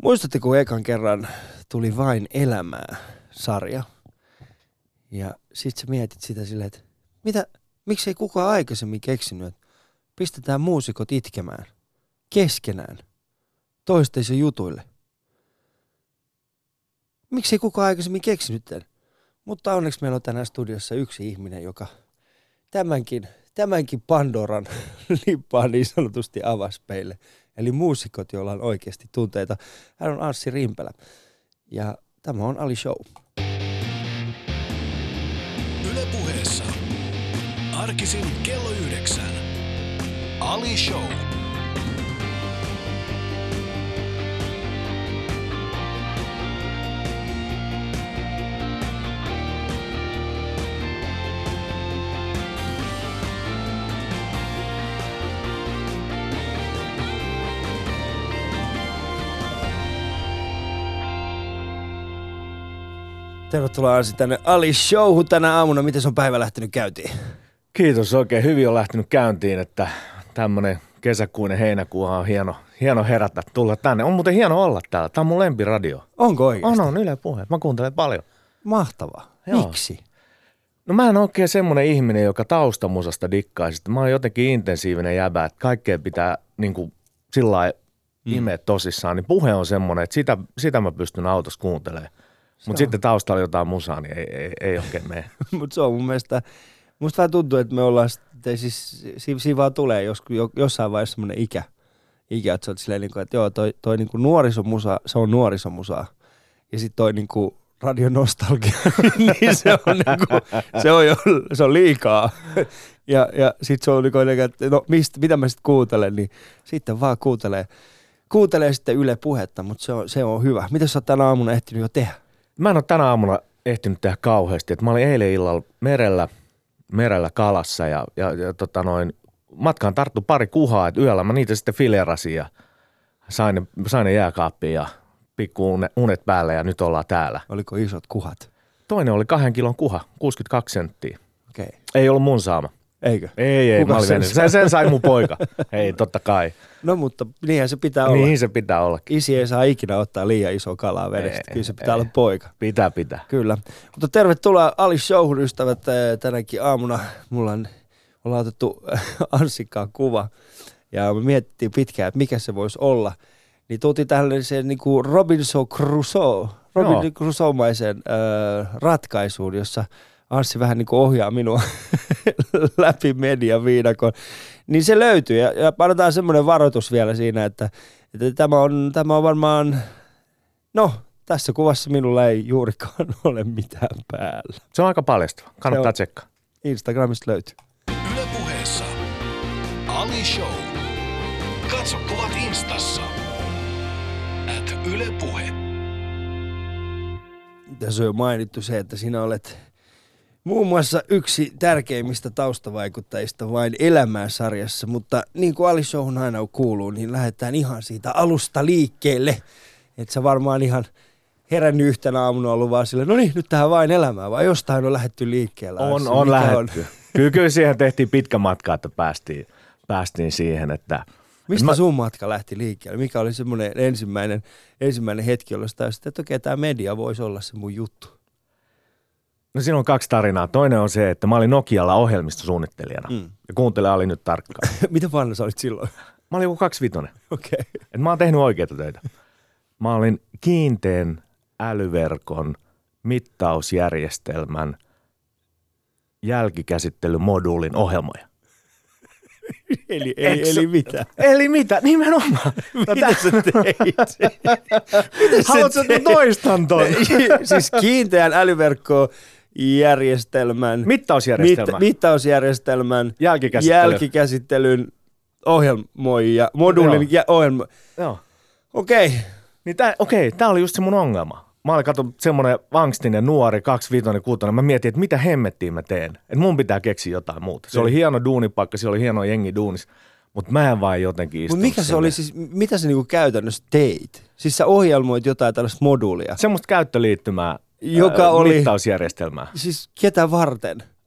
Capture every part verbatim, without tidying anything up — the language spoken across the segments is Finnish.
Muistatteko, kun ekan kerran tuli Vain elämää -sarja? Ja sit sä mietit sitä silleen, että mitä, miksei kukaan aikaisemmin keksinyt, että pistetään muusikot itkemään keskenään toistensa jutuille. Miksei kukaan aikaisemmin keksinyt tämän? Mutta onneksi meillä on tänään studiossa yksi ihminen, joka tämänkin, tämänkin Pandoran lippaan niin sanotusti avasi meille. Eli muusikot, joilla on oikeasti tunteita. Hän on Anssi Rimpelä. Ja tämä on Ali Show. Yle Puheessa. Arkisin kello yhdeksän. Ali Show. Tervetuloa Anssi tänne Ali Showhun tänä aamuna. Miten on päivä lähtenyt käyntiin? Kiitos, oikein hyvin on lähtenyt käyntiin, että tämmönen kesäkuinen heinäkuuhan on hieno, hieno herätä tulla tänne. On muuten hieno olla täällä. Tämä on mun lempiradio. Onko oikeasti? On, on Yle Puhe. Mä kuuntelen paljon. Mahtavaa. Joo. Miksi? No mä en ole oikein semmoinen ihminen, joka taustamusasta dikkaisi. Mä oon jotenkin intensiivinen jäbä, että kaikkea pitää niin kuin sillä lailla mm. imeä tosissaan. Niin puhe on semmoinen, että sitä, sitä mä pystyn autossa kuuntelemaan. Mutta sitten taustalla jotain musaa, niin ei, ei, ei oikein mene. Mutta se on mun mielestä, musta vähän tuntuu, että me ollaan, siis siinä vaan tulee jos, jossain vaiheessa semmoinen ikä, ikä, että sä oot silleen, että joo, toi, toi niinku nuorisomusa, se on nuorisomusaa. Ja sitten toi niinku radionostalgia, niin se on, niinku, se on jo, se on liikaa. Ja, ja sitten se on niinku, että no mistä, mitä mä sitten kuuntelen, niin sitten vaan kuuntelee, kuuntelee sitten Yle Puhetta, mutta se on, se on hyvä. Mitä sä oot tänä aamuna ehtinyt jo tehdä? Mä en ole tänä aamuna ehtinyt tehdä kauheasti. Et mä olin eilen illalla merellä, merellä kalassa ja, ja, ja tota noin, matkaan tarttu pari kuhaa, että yöllä mä niitä sitten filerasin ja sain ne, sain ne jääkaappiin ja pikku unet päälle ja nyt ollaan täällä. Oliko isot kuhat? Toinen oli kahden kilon kuha, kuusikymmentäkaksi senttiä. Okei. Okay. Ei ollut mun saama. Eikö? Ei, ei. Mä olin sen, sen, sen sai mun poika. Ei, totta kai. No mutta niinhän se pitää olla. Niin se pitää ollakin. Isi ei saa ikinä ottaa liian isoa kalaa vedestä. Ei, Kyllä se pitää ei. olla poika. Pitää, pitää. Kyllä. Mutta tervetuloa Ali Showhun, ystävät. Tänäkin aamuna mulla on, ollaan otettu Anssikkaan kuva. Ja me mietittiin pitkään, että mikä se voisi olla. Niin tultiin tällaiseen niin kuin Robinson Crusoe, Robinson Crusoe-maiseen äh, ratkaisuun, jossa Anssi vähän niin kuin ohjaa minua läpi median viidakon. Niin se löytyy ja, ja panotaan semmoinen varoitus vielä siinä, että, että tämä, on, tämä on varmaan, no tässä kuvassa minulla ei juurikaan ole mitään päällä. Se on aika paljastava. Kannattaa tsekkaa. Instagramista löytyy. Yle Puheessa. Ali Show. Katso kuvat Instassa. At Yle Puhe. Tässä on jo mainittu se, että sinä olet muun muassa yksi tärkeimmistä taustavaikuttajista Vain elämää -sarjassa, mutta niin kuin Ali Showhun aina kuuluu, niin lähdetään ihan siitä alusta liikkeelle. Että sä varmaan ihan herännyt yhtenä aamuna ollut vaan silleen, no niin, nyt tähän Vain elämää, vai jostain on lähdetty liikkeelle. On, on lähdetty. On? Kyllä, kyllä siihen tehtiin pitkä matka, että päästiin, päästiin siihen, että mistä mä sun matka lähti liikkeelle? Mikä oli semmoinen ensimmäinen, ensimmäinen hetki, jolla sitä että okei, tämä media voisi olla se mun juttu? No siinä on kaksi tarinaa. Toinen on se, että mä olin Nokialla ohjelmistosuunnittelijana. Mm. Ja kuuntele Ali nyt tarkkaan. Miten vanha sä olit silloin? Mä olin joku kaksikymmentä. Okei. Okay. Et mä oon tehnyt oikeita töitä. Mä olin kiinteän älyverkon mittausjärjestelmän jälkikäsittelymoduulin ohjelmoja. Eli, eli, eli mitä? Eli mitä? Nimenomaan. Mitä sä teit? Haluatko, että toistan ton? Siis kiinteän älyverkkojärjestelmän mittausjärjestelmän, mit, mittausjärjestelmän Jälkikäsittely. jälkikäsittelyn ohjelmoija, moduulin ja ohjelmo. Joo. Okei. Okay. Niin tää, okei, tää oli just se mun ongelma. Mä olin katsonut semmoinen angstinen nuori, kaksiviitonen, kuutonen. Mä mietin, että mitä hemmettiin mä teen. Että mun pitää keksiä jotain muuta. Se oli hieno duunipaikka, se oli hieno jengi duunis. Mutta mä en vaan jotenkin istunut. Mutta mikä se sinne. oli siis, mitä sä niinku käytännössä teit? Siis sä ohjelmoit jotain tällaista moduulia. Semmoista käyttöliittymää, joka ää, oli mittausjärjestelmää. Siis ketä varten?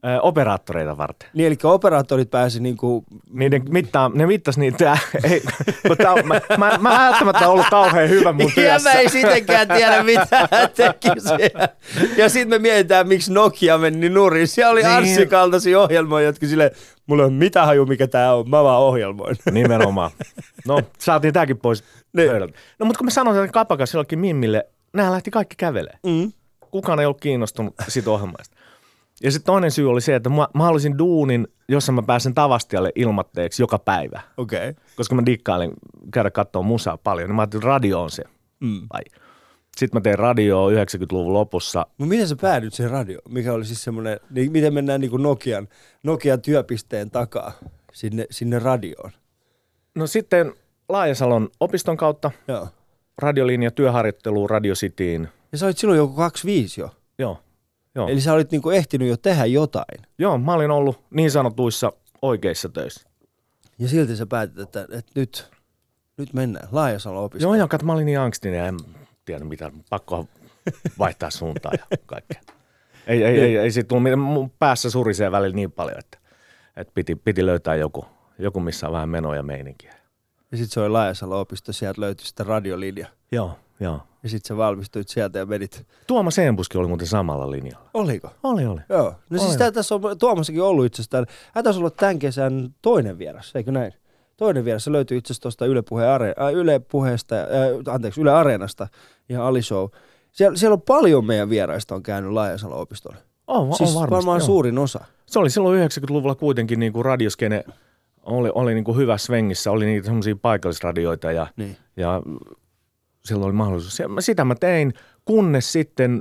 Ö, operaattoreita varten. Niin, eli operaattorit pääsi niinku... Niiden mittaa, ne mittas niitä, ei, kun tää, mä, mä, mä välttämättä ollut kauhean hyvä mun työssä. Ja mä ei sittenkään tiedä, mitä hän tekisi. Ja sitten me mietitään, miksi Nokia meni nurin. Siellä oli niin. Anssi kaltaisia ohjelmoja, jotka silleen, mulla ei ole mitään haju, mikä tää on, mä vaan ohjelmoin. Nimenomaan. No, saatiin tääkin pois pöydältä. No, mutta kun mä sanoin, että Kapakas jollekin Mimmille, nämä lähti kaikki kävelemään. Mm. Kukaan ei ollut kiinnostunut siitä ohjelmaista. Ja sitten toinen syy oli se, että mä, mä haluaisin duunin, jossa mä pääsen Tavastialle ilmatteeksi joka päivä. Okei. Okay. Koska mä dikkailin käydä katsoa musaa paljon, niin mä ajattelin, että radio on se. Mm. Sitten mä tein radioa yhdeksänkymmentäluvun lopussa. No miten sä päädyit siihen radioon? Mikä oli siis semmoinen, niin miten mennään niin kuin Nokian, Nokian työpisteen takaa sinne, sinne radioon? No sitten Laajasalon opiston kautta. Joo. Radiolinja, työharjoitteluun, Radio Cityin. Ja sä olit silloin joku kaksikymmentäviisi jo? Joo. Joo. Eli sä olit niinku ehtinyt jo tehdä jotain. Joo, mä olin ollut niin sanotuissa oikeissa töissä. Ja silti sä päätit, että, että nyt, nyt mennään Laajasalon opistoon. Joo, joo, kato, mä olin niin angstinen ja en tiedä mitä, pakko vaihtaa suuntaa ja kaikkea. Ei, ei, ei, ei siitä tullut mitään, mun päässä surisee välillä niin paljon, että, että piti, piti löytää joku, joku, missä on vähän menoa ja meininkiä. Ja sit se oli Laajasalon opisto, sieltä löytyi sitä radiolinja. Joo, joo. Ja sit sä valmistuit sieltä ja menit. Tuomas Enbuski oli muuten samalla linjalla. Oliko? Oli, oli. Joo. No oli. siis tää, tässä on Tuomassakin ollut itse asiassa. Hän taisi olla tämän kesän toinen vieras, eikö näin? Toinen vieras. Se löytyy itse asiassa tuosta Yle, Puhe Are- äh, Yle Puheesta, äh, anteeksi, Yle Areenasta, ihan Ali Show. Siellä, siellä on paljon meidän vieraista on käynyt Laajasalon opistolle. On, on siis varmasti. varmaan joo. suurin osa. Se oli silloin yhdeksänkymmentäluvulla kuitenkin niin kuin radioskene oli, oli niin kuin hyvä svengissä, oli niitä semmoisia paikallisradioita ja, niin. ja silloin oli mahdollisuus. Sitä mä tein, kunnes sitten,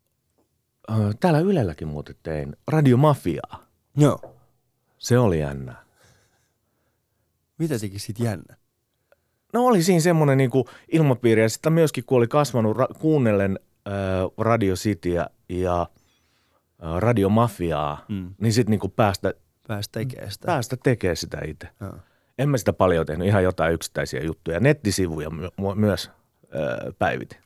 äh, täällä Ylelläkin muuten tein, Radiomafiaa. Joo. Se oli jännä. Mitä teki sit jännä? No oli siinä semmoinen niin kuin ilmapiiri ja sitten myöskin kun oli kasvanut ra- kuunnellen äh, Radio Cityä ja äh, Radiomafiaa, mm. niin sitten niin kuin päästä, päästä tekemään sitä. Päästä tekemään sitä itse. Joo. En mä sitä paljon tehnyt, ihan jotain yksittäisiä juttuja. Nettisivuja my- myös äh, päivitin.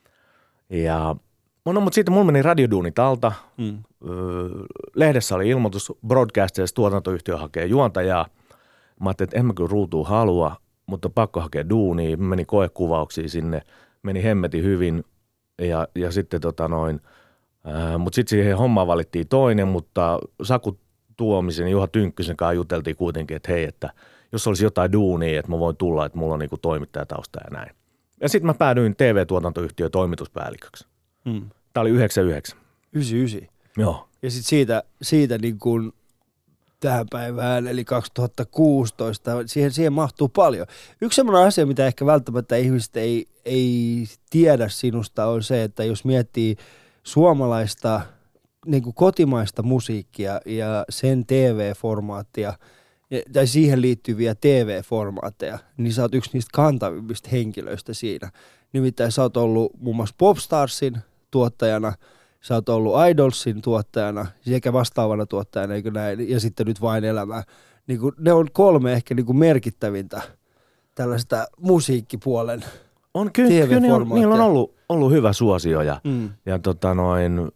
Ja, no mutta sitten mulla meni radioduunit alta. Mm. Lehdessä oli ilmoitus, broadcasters tuotantoyhtiö hakee juontajaa. Mä ajattelin, että en mä kyllä ruutuun halua, mutta pakko hakea duunia. Mä menin koekuvauksiin sinne, meni hemmetin hyvin ja, ja sitten tota noin, ää, mutta sitten siihen hommaan valittiin toinen, mutta Saku Tuomisen ja Juha Tynkkysen kanssa juteltiin kuitenkin, että hei, että jos olisi jotain duunia, että mä voin tulla, että mulla on niinku toimittajatausta ja näin. Ja sitten mä päädyin T V-tuotantoyhtiön toimituspäälliköksi. Hmm. Tämä oli yhdeksänkymmentäyhdeksän. yhdeksänkymmentäyhdeksän. Joo. Ja sitten siitä, siitä niin kuin tähän päivään, eli kaksituhattakuusitoista, siihen, siihen mahtuu paljon. Yksi sellainen asia, mitä ehkä välttämättä ihmiset ei, ei tiedä sinusta, on se, että jos miettii suomalaista niin kuin kotimaista musiikkia ja sen T V-formaattia, tai siihen liittyviä T V-formaatteja, niin sä oot yksi niistä kantavimmista henkilöistä siinä. Nimittäin sä oot ollut muun muassa Popstarsin tuottajana, sä oot ollut Idolsin tuottajana sekä vastaavana tuottajana, eikö näin, ja sitten nyt Vain elämää. Niin kuin, ne on kolme ehkä niin kuin merkittävintä tällaista musiikkipuolen on, ky- T V-formaattia. Kyllä on, niillä on ollut, ollut hyvä suosio ja, mm. ja tota noin,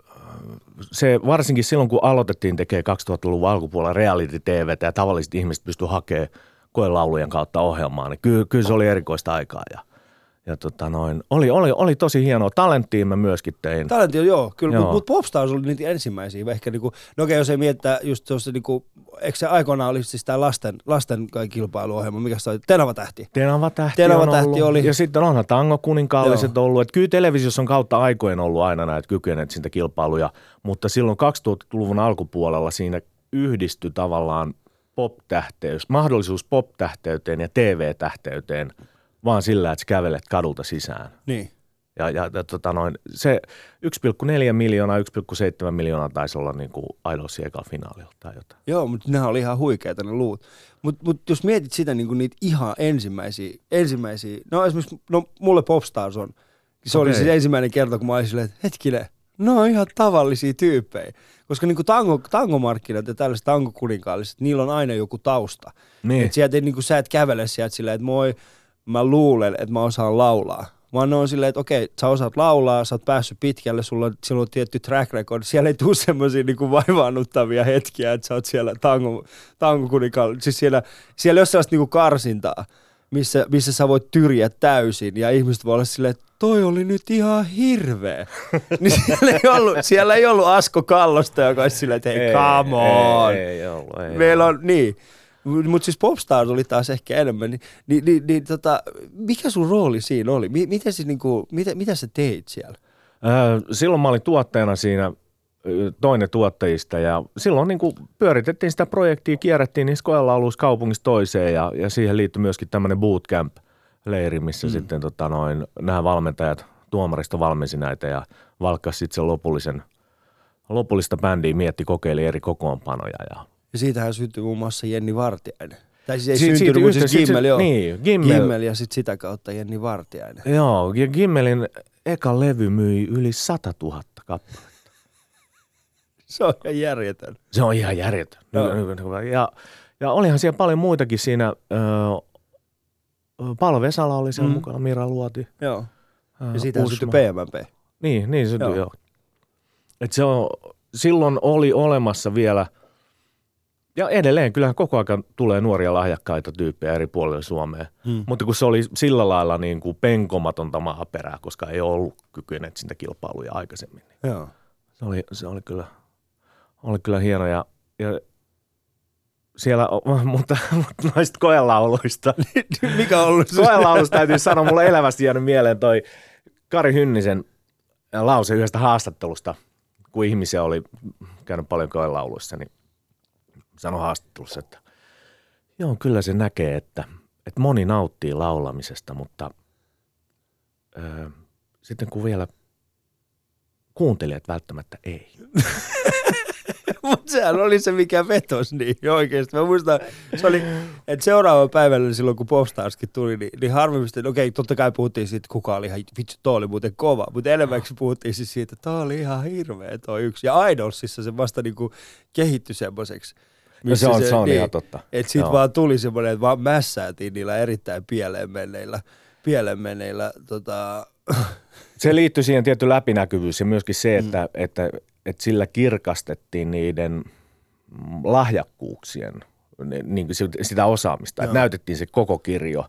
se varsinkin silloin, kun aloitettiin tekemään kaksituhattaluvun alkupuolella reality-T V:tä ja tavalliset ihmiset pystyivät hakemaan koelaulujen kautta ohjelmaa, niin kyllä, kyllä se oli erikoista aikaa ja Ja tota noin, oli, oli, oli tosi hienoa. Talenttiin mä myöskin tein. Talentti on joo, kyllä, mutta mut Popstars oli niitä ensimmäisiä. Ehkä niinku, no okei, jos ei miettää just tuossa niinku, eikö se aikoinaan oli siis tää lasten, lasten kilpailuohjelma, mikä se oli? Tenava tähti. Tenava tähti Tenava on tähti ollut. Oli. Ja sitten onhan Tango kuninkaalliset joo. ollut. Et kyllä televisiossa on kautta aikojen ollut aina näitä kykeneet siitä kilpailuja, mutta silloin kaksituhattaluvun alkupuolella siinä yhdistyi tavallaan pop-tähteys, mahdollisuus pop-tähteyteen ja T V-tähteyteen. Vaan sillä, että sä kävelet kadulta sisään. Niin. Ja, ja, ja tota noin, se yksi pilkku neljä miljoonaa, yksi pilkku seitsemän miljoonaa taisi olla niin kuin Idolsin ekalla finaalilla tai jotain. Joo, mutta nehän oli ihan huikeita ne luvut. Mutta mut jos mietit sitä niin kuin niitä ihan ensimmäisiä, ensimmäisiä, no esimerkiksi no, mulle Popstars on, se okay. oli siis ensimmäinen kerta, kun mä olin silleen, että hetkinen, no on ihan tavallisia tyyppejä. Koska niin kuin tango, tangomarkkinat ja tällaiset tangokuninkaalliset, niillä on aina joku tausta. Niin. Että sieltä ei, niin kuin, sä et kävele sieltä silleen, että moi, mä luulen, että mä osaan laulaa, vaan ne on silleen, että okei, sä osaat laulaa, sä oot päässyt pitkälle, sulla on, sulla on tietty track record, siellä ei tule semmoisia niinku vaivaannuttavia hetkiä, että sä oot siellä tango, tangokunikalla, siis siellä, siellä ei ole sellaista niinku karsintaa, missä, missä sä voit tyrjää täysin ja ihmiset voi olla silleen, että toi oli nyt ihan hirveä. Niin siellä ei ollut, siellä ei ollut Asko Kallosta, joka olisi silleen, että hei, ei, come on. Ei, ei ollut, ei meillä on, niin. Mutta siis Popstars oli taas ehkä enemmän. Niin, niin, niin, niin tota, mikä sun rooli siinä oli? Miten siis, niinku, mitä, mitä sä teit siellä? Silloin mä olin tuottajana siinä, toinen tuottajista, ja silloin niin kuin pyöritettiin sitä projektia, kierrettiin niissä koelauluissa kaupungista toiseen, ja, ja siihen liittyi myöskin tämmöinen bootcamp-leiri, missä mm. sitten tota, noin, nämä valmentajat, tuomaristo valmensi näitä ja valkkasi sitten sen lopullisen, lopullista bändiä, mietti, kokeili eri kokoonpanoja. Ja, ja siitähän syntyi muun muassa Jenni Vartiainen. Tai siis ei si- syntynyt, mutta siis Gimmel, joo. Niin, Gimmel. Gimmel ja sitten sitä kautta Jenni Vartiainen. Joo, ja Gimmelin eka levy myi yli sata tuhatta kappaletta. Se on ihan järjetön. Se on ihan järjetön. No. Ja, ja olihan siellä paljon muitakin siinä. Paolo Vesala oli siellä mm. mukana, Mira Luoti. Joo. Ja siitä syntyi P M M P. Niin, niin syntyi, joo. joo. Et se on, silloin oli olemassa vielä, ja edelleen kyllähän koko ajan tulee nuoria lahjakkaita tyyppejä eri puolilla Suomea. Mm. Mutta kun se oli sillä lailla niin kuin penkomatonta maaperää, koska ei ollut kykyinen sitä kilpailuja aikaisemmin. Niin joo. Se oli, se oli kyllä... Oli kyllä hieno ja, ja siellä, mutta, mutta noista koelauluista. Mikä on ollut? Koelaulusta täytyy sanoa, mulle elävästi jäänyt mieleen toi Kari Hynnisen lause yhdestä haastattelusta, kun ihmisiä oli käynyt paljon koelauluissa, niin sanoi haastattelussa, että joo, kyllä se näkee, että, että moni nauttii laulamisesta, mutta ö, sitten kun vielä kuuntelijat välttämättä ei. Mutta sehän oli se, mikä vetos niin oikeasti. Mä muistan, se oli, että seuraava päivällä silloin, kun Popstarskin tuli, niin, niin harvemmasti, että okei, totta kai puhuttiin siitä, että kuka oli ihan, vitsi, toi oli muuten kova, mutta enemmänkin puhuttiin siis siitä, että toi oli ihan hirveä toi yksi. Ja Idolsissa se vasta niinku kehittyi semmoiseksi. No se on, se, se on niin, ihan totta. Että sit vaan tuli semmoinen, että vaan mässäätiin niillä erittäin pieleen menneillä, pieleen menneillä tota... Se liittyy siihen tietty läpinäkyvyys ja myöskin se, että, mm. että, että sillä kirkastettiin niiden lahjakkuuksien, niin kuin sitä osaamista. Että näytettiin se koko kirjo.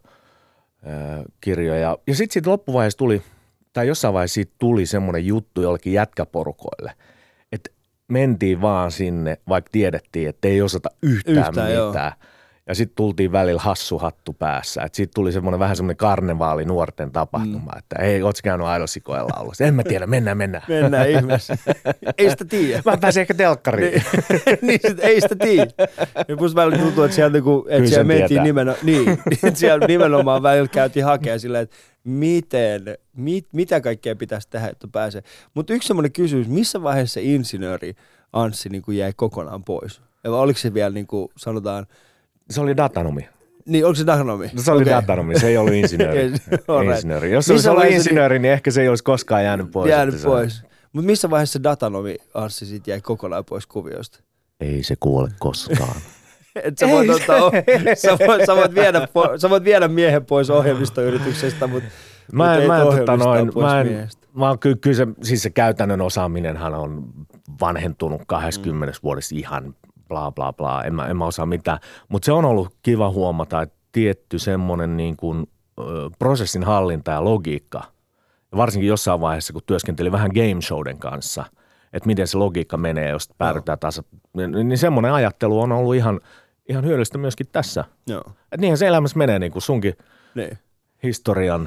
kirjo. Ja, ja sitten siitä loppuvaiheessa tuli, tai jossain vaiheessa siitä tuli semmoinen juttu jollekin jätkäporukoille, että mentiin vaan sinne, vaikka tiedettiin, että ei osata yhtään, yhtään mitään. Joo. Ja sitten tultiin välillä hassu hattu päässä. Että sitten tuli semmoinen vähän semmoinen karnevaali nuorten tapahtuma, mm. että ei, ootko käynyt Aidosikojen laulussa? En mä tiedä, mennään, mennään. Mennään ihmeessä. Ei sitä tiedä. Mä pääsen ehkä telkkariin. niin, niin sit, ei sitä tiedä. Ja musta välillä tuntuu, että siellä, niinku, että siellä mentiin nimenomaan, niin, että siellä nimenomaan välillä käytiin hakemaan silleen, että miten, mit, mitä kaikkea pitäisi tehdä, että pääsee. Mutta yksi semmoinen kysymys, missä vaiheessa se insinööri Anssi niin kuin jäi kokonaan pois? Ja oliko se vielä niin kuin sanotaan... Se oli datanomi. Niin, onko se datanomi? No, se oli okay. datanomi, se ei ollut insinööri. insinööri. Jos se olisi ollut insinööri, niin ehkä se ei olisi koskaan jäänyt pois. Jäänyt pois. Mutta missä vaiheessa se datanomi Anssi sitten jäi kokonaan pois kuviosta? Ei se kuole koskaan. Et sä, voit ottaa, sä, voit, sä, voit viedä, sä voit viedä miehen pois ohjelmistoyrityksestä, mutta mä en, mut mä ei tota noin, pois mä en, miehestä. Mä kyllä, kyllä se, siis se käytännön osaaminenhan on vanhentunut kaksikymmentä mm. vuodessa ihan bla bla bla, en mä, en mä osaa mitään. Mutta se on ollut kiva huomata, että tietty semmoinen niin kuin, ö, prosessin hallinta ja logiikka, ja varsinkin jossain vaiheessa, kun työskenteli vähän game showden kanssa, että miten se logiikka menee, jos päädytään taas, niin, niin semmoinen ajattelu on ollut ihan, ihan hyödyllistä myöskin tässä. Joo. Että niinhän se elämässä menee, niin kuin sunkin niin. historian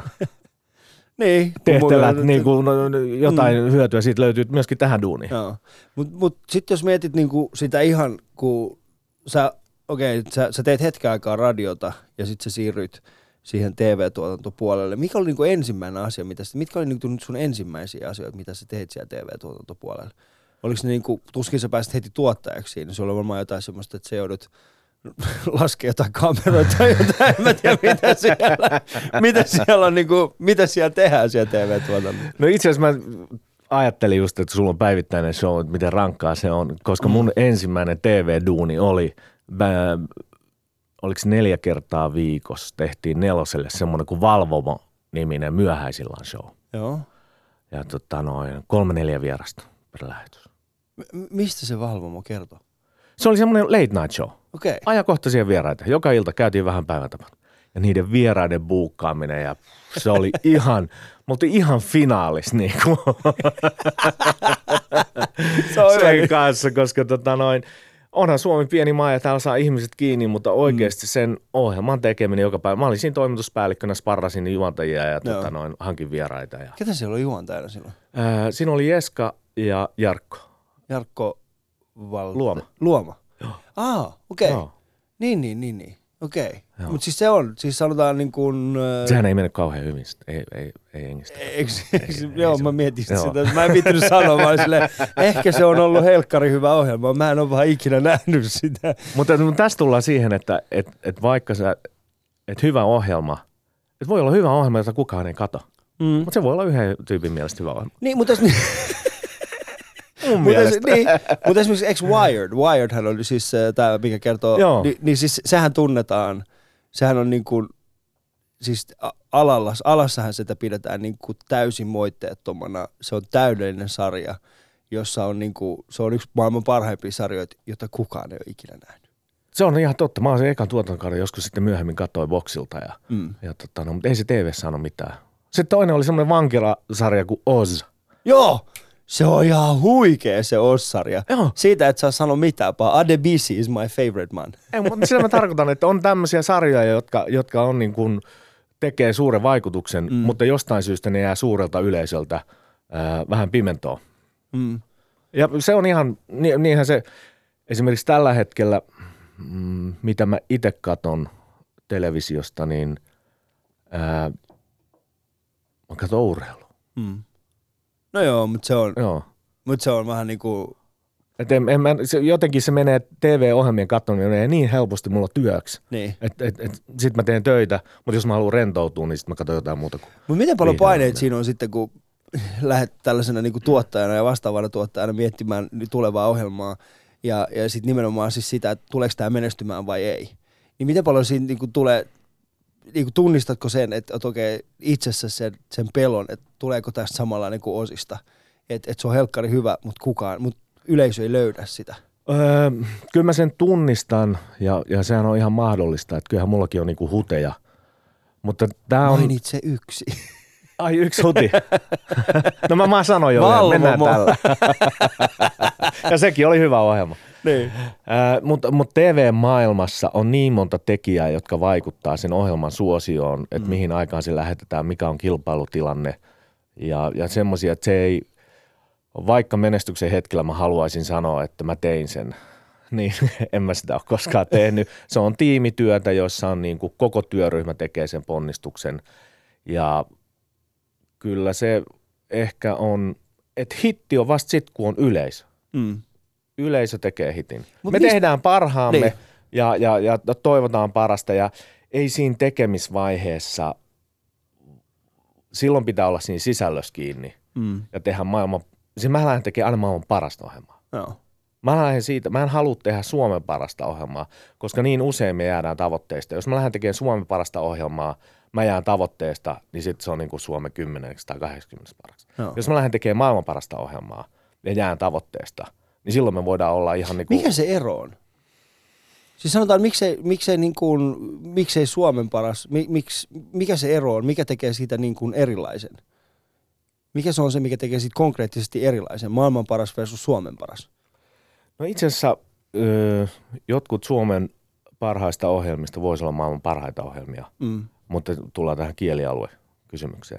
niin, tehtelät, niin kuin jotain mm. hyötyä siitä löytyy myöskin tähän duuniin. Mutta mut sitten jos mietit niinku sitä ihan, kun sä, okei, okay, sä, sä teet hetken aikaa radiota ja sitten sä siirryt siihen T V-tuotantopuolelle. Mikä oli niinku ensimmäinen asia, mitä, mitkä oli niinku sun ensimmäisiä asioita, mitä sä teet siellä T V-tuotantopuolella? Oliko ne niinku, tuskin sä pääsit heti tuottajaksi siinä, se oli varmaan jotain semmoista, että sä joudut laskee jotain kameroita tai jotain, en mä tiedä mitä siellä, mitä siellä on, niin kuin, mitä siellä tehdään siellä T V-tuotannossa. No itse asiassa mä ajattelin just, että sulla on päivittäinen show, että miten rankkaa se on, koska mun mm. ensimmäinen T V-duuni oli, äh, oliko neljä kertaa viikossa, tehtiin Neloselle semmoinen kuin valvomo niminen myöhäisillan show. Joo. Ja tota noin, kolme neljä vierasta per lähetys. M- mistä se Valvomo kertoo? Se oli semmoinen late night show. Okei. Okay. Ajankohtaisia vieraita. Joka ilta käytiin vähän päivätapan. Ja niiden vieraiden buukkaaminen ja se oli ihan, me oltiin ihan finaalis niinku. Se on sen hyvä. kanssa, koska tota noin, onhan Suomi pieni maa ja täällä saa ihmiset kiinni, mutta oikeasti sen ohjelman tekeminen joka päivä. Mä olin siinä toimituspäällikkönä, sparrasin juontajia ja tota noin, hankin vieraita. Ja Ketä siellä oli juontajana silloin? Ää, siinä oli Jeska ja Jarkko. Jarkko Val... Luoma. Luoma. Joo. Ah, okei. Okay. Joo. Niin, niin, niin, niin. Okei. Joo. Mutta siis se on, siis sanotaan niin kuin... Äh... Sehän ei mennyt kauhean hyvin, ei, ei, ei engistä. Eikö, joo, se- mä mietin sitä. joo. Mä en viittinyt sanoa, vaan silleen, ehkä se on ollut helkkari hyvä ohjelma. Mä en ole vaan ikinä nähnyt sitä. Mutta mutta tässä tullaan siihen, että et, et vaikka sä, et hyvä ohjelma, et voi olla hyvä ohjelma, jota kukaan ei kato. Mm. Mutta se voi olla yhden tyypin mielestä hyvä ohjelma. Niin, mutta... Mun Mutta mielestä. niin, mut esimerkiksi eikö Wired, Wiredhän oli siis tämä, mikä kertoo, Joo. niin, niin siis sehän tunnetaan, sehän on niin kuin, siis a- alalla, alassahan sitä pidetään niin kuin täysin moitteettomana, se on täydellinen sarja, jossa on niin kuin, se on yksi maailman parhaimpia sarjoita, jota kukaan ei ole ikinä nähnyt. Se on ihan totta. Mä oon sen ekan tuotantokauden joskus sitten myöhemmin katsoin Boxilta, ja, Mm. ja tota, no, mutta ei se T V:ssä sano mitään. Sitten toinen oli semmoinen vankilasarja kuin Oz. Joo, se on ihan huikea se Oz-sarja. Joo. Siitä et saa sanoa mitään, vaan Adebisi is my favorite man. Ei, mutta sitä mä tarkoitan, että on tämmöisiä sarjoja, jotka, jotka on niin kuin, tekee suuren vaikutuksen, mm. mutta jostain syystä ne jää suurelta yleisöltä ää, vähän pimentoon. Mm. Ja se on ihan, ni, niinhän se, esimerkiksi tällä hetkellä, mm, mitä mä itse katon televisiosta, niin ää, mä katon urheilua. Mm. No joo, mutta se on, Joo. mut se on vähän niin kuin... Et en, en mä, se, jotenkin se menee T V-ohjelmien katsominen menee niin helposti mulla työksi. Niin. Et, et, et, sit mä teen töitä, mutta jos mä haluan rentoutua, niin sit mä katson jotain muuta kuin. Mutta miten paljon Vihdoin paineita menee. siinä on sitten, kun lähdet tällaisena niin kuin tuottajana ja vastaavana tuottajana miettimään tulevaa ohjelmaa ja, ja sitten nimenomaan siis sitä, että tuleeko tämä menestymään vai ei. Niin miten paljon siinä niin kuin tulee, niin kuin tunnistatko sen, että, että okei, itsessä sen, sen pelon, että tuleeko tästä samanlainen kuin Osista. Että, että se on helkkari hyvä, mutta kukaan, mutta yleisö ei löydä sitä. Öö, kyllä mä sen tunnistan ja, ja sehän on ihan mahdollista, että kyllähän mullakin on niinku huteja. Mutta tää on... Mainitse yksi. Ai yksi huti. No mä, mä sanoin jo, Valvomo. mennään tällä. Ja sekin oli hyvä ohjelma. Niin. Ää, mutta mut T V-maailmassa on niin monta tekijää, jotka vaikuttaa sen ohjelman suosioon, että mm. mihin aikaan se lähetetään, mikä on kilpailutilanne ja, ja semmoisia, että se ei, vaikka menestyksen hetkellä mä haluaisin sanoa, että mä tein sen, niin en mä sitä ole koskaan tehnyt. Se on tiimityötä, jossa on niin kuin koko työryhmä tekee sen ponnistuksen ja kyllä se ehkä on, että hitti on vasta sit, kun on yleisö. Mm. Yleisö tekee hitin. Mut Me mist- tehdään parhaamme Niin. ja, ja, ja toivotaan parasta ja ei siinä tekemisvaiheessa, silloin pitää olla siinä sisällössä kiinni Mm. ja tehdä maailman, siis mä lähden tekemään aina maailman parasta ohjelmaa. Joo. Mä lähden siitä, mä en halua tehdä Suomen parasta ohjelmaa, koska niin usein me jäädään tavoitteista. Jos mä lähden tekemään Suomen parasta ohjelmaa, mä jään tavoitteesta, niin sitten se on niin kuin Suomen kymmeneksi tai kahdeksankymmentä paraksi. Joo. Jos mä lähden tekemään maailman parasta ohjelmaa ja jään tavoitteesta, niin silloin me voidaan olla ihan niin kuin... Mikä se ero on? Siis sanotaan, miksei, miksei, niin kuin, miksei Suomen paras, mi, miksi, mikä se ero on, mikä tekee siitä niin kuin erilaisen? Mikä se on se, mikä tekee siitä konkreettisesti erilaisen, maailman paras versus Suomen paras? No itse asiassa öö, jotkut Suomen parhaista ohjelmista voisi olla maailman parhaita ohjelmia, Mm. mutta tullaan tähän kielialue-kysymykseen.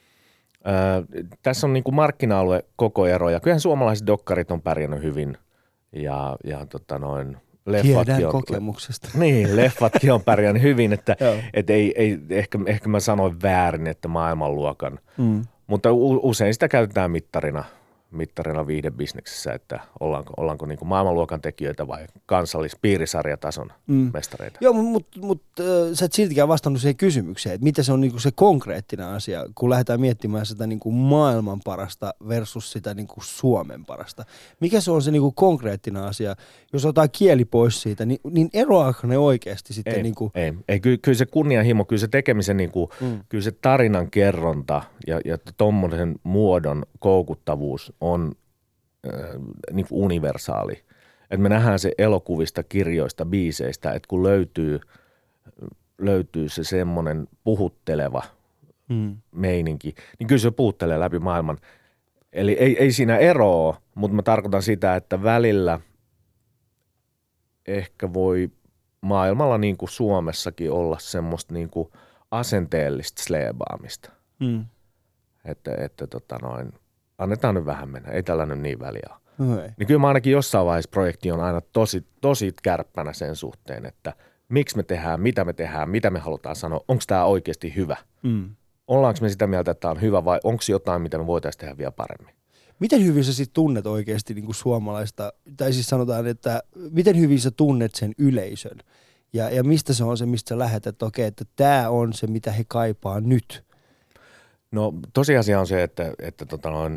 Öö, tässä on niin kuin markkina-alue koko ero ja kyllähän suomalaiset dokkarit on pärjännyt hyvin ja, ja tota noin, leffatkin Tiedän on, kokemuksesta. niin, leffatkin on pärjännyt hyvin, että Joo. et ei, ei, ehkä, ehkä mä sanoin väärin, että maailmanluokan, Mm. mutta u, usein sitä käytetään mittarina, mittarina viihdebisneksessä, että ollaanko, ollaanko niin kuin maailmanluokan tekijöitä vai kansallis-piirisarjatason mm. mestareita. Joo, mutta mut, äh, sä et siltikään vastannut siihen kysymykseen, että mitä se on niinku se konkreettinen asia, kun lähdetään miettimään sitä niinku maailman parasta versus sitä niinku Suomen parasta. Mikä se on se niinku konkreettinen asia, jos otetaan kieli pois siitä, niin, niin eroaako ne oikeasti sitten? Ei, niinku... ei. ei kyllä, kyllä se kunnianhimo, kyllä se tekemisen, niinku, mm. kyllä se tarinan kerronta ja, ja tommoisen muodon koukuttavuus on äh, niinku universaali. Et me nähdään se elokuvista, kirjoista, biiseistä, että kun löytyy, löytyy se semmoinen puhutteleva mm. meininki, niin kyllä se puhuttelee läpi maailman. Eli ei, ei siinä eroa, mutta mä tarkoitan sitä, että välillä ehkä voi maailmalla niin kuin Suomessakin olla semmoista niin kuin asenteellista sleebaamista. Mm. Että, että tota noin, annetaan nyt vähän mennä, ei tällainen niin väliä ole. Okay. Niin kyllä mä ainakin jossain vaiheessa projekti on aina tosi, tosi kärppänä sen suhteen, että miksi me tehdään, mitä me tehdään, mitä me halutaan sanoa, onko tämä oikeasti hyvä. Mm. Ollaanko me sitä mieltä, että tämä on hyvä vai onko jotain, mitä me voitaisiin tehdä vielä paremmin. Miten hyvin sä sitten tunnet oikeasti niin kuin suomalaista, tai siis sanotaan, että miten hyvin sä tunnet sen yleisön ja, ja mistä se on se, mistä sä lähdet, että okei, että tämä on se, mitä he kaipaa nyt? No tosiasia on se, että, että tota noin,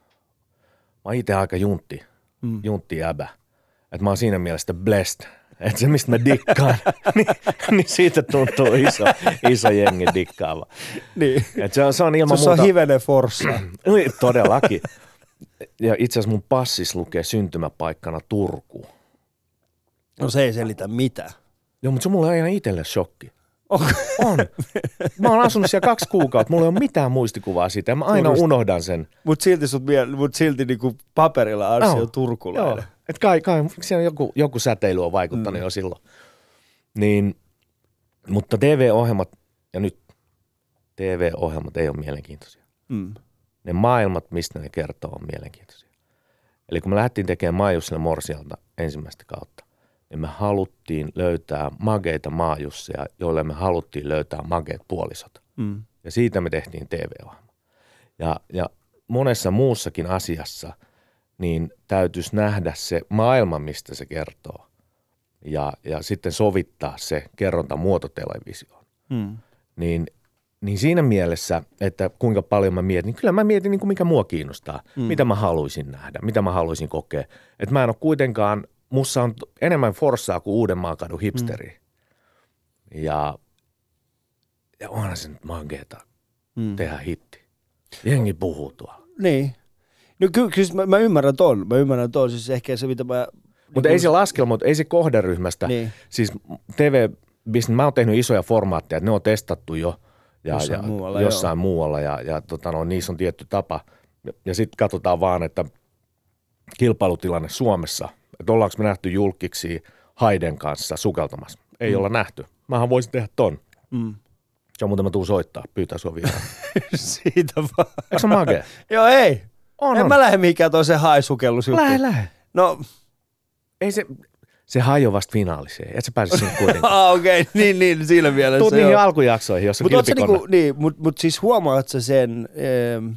mä oon itse aika juntti, mm. juntti jäbä. Että mä oon siinä mielessä blessed, että se mistä mä dikkaan, niin, niin siitä tuntuu iso, iso jengi dikkaava. Niin. Et se, on, se on ilman se muuta. on hivenen forssa. Todellakin. Ja itse asiassa mun passis lukee syntymäpaikkana Turku. No se ei selitä mitään. Joo, mutta se mulle on ihan itselle shokki. Okay. On. Mä oon asunut siellä kaksi kuukautta, mulla ei ole mitään muistikuvaa siitä ja mä aina Turusta. unohdan sen. Mut silti, sut, mut silti niinku paperilla Arsi on turkulainen. Joo, et kai, kai siellä joku, joku säteily on vaikuttanut mm. jo silloin. Niin, mutta T V-ohjelmat, ja nyt T V-ohjelmat ei ole mielenkiintoisia. Mm. Ne maailmat, mistä ne kertoo, on mielenkiintoisia. Eli kun me lähdettiin tekemään Maajusille Morsialta ensimmäistä kautta, niin me haluttiin löytää mageita maajusseja, joille me haluttiin löytää mageet puolisot. Mm. Ja siitä me tehtiin T V-ohjelma. Ja, ja monessa muussakin asiassa niin täytyisi nähdä se maailma, mistä se kertoo. Ja, ja sitten sovittaa se kerronta muototelevisioon. Mm. Niin, niin siinä mielessä, että kuinka paljon mä mietin, niin kyllä mä mietin, niin kuin mikä mua kiinnostaa. Mm. Mitä mä haluaisin nähdä, mitä mä haluaisin kokea. Että mä en ole kuitenkaan... Mussa on enemmän forssaa kuin Uudenmaan kadun hipsteri. Mm. Ja, ja onhan se nyt mankeeta mm. tehdä hitti. Jengi puhuu tuolla. Niin. No kyllä, kyllä mä, mä ymmärrän ton. Mä ymmärrän ton. Siis ehkä se, mitä mä... Mutta niin ei se laskelma, mutta ei se kohderyhmästä. Niin. Siis T V-business, mä oon tehnyt isoja formaatteja, että ne on testattu jo. Ja, jossain ja, muualla. Jossain muualla ja, ja tota, no, niissä on tietty tapa. Ja, ja sitten katsotaan vaan, että kilpailutilanne Suomessa – että ollaanko me nähty julkiksi Haiden kanssa sukeltamassa. Ei mm. olla nähty. Mähän voisin tehdä ton. Mm. Se on muuten mä tuun soittaa, pyytää sua vielä. Siitä vaan. Eikö se makea? Joo, ei. On, en on. mä lähde mihinkään toiseen haisukellusjuttuun. Lähe, lähe. No. Ei se, se hai on vasta finaaliseen. Et sä pääse sinne kuitenkaan. ah, okei. Okay. Niin, niin, siinä mielessä. Tuut niihin alkujaksoihin, jos on kilpikonna. Niinku, niin, mutta mut siis huomaat sä sen... Eh,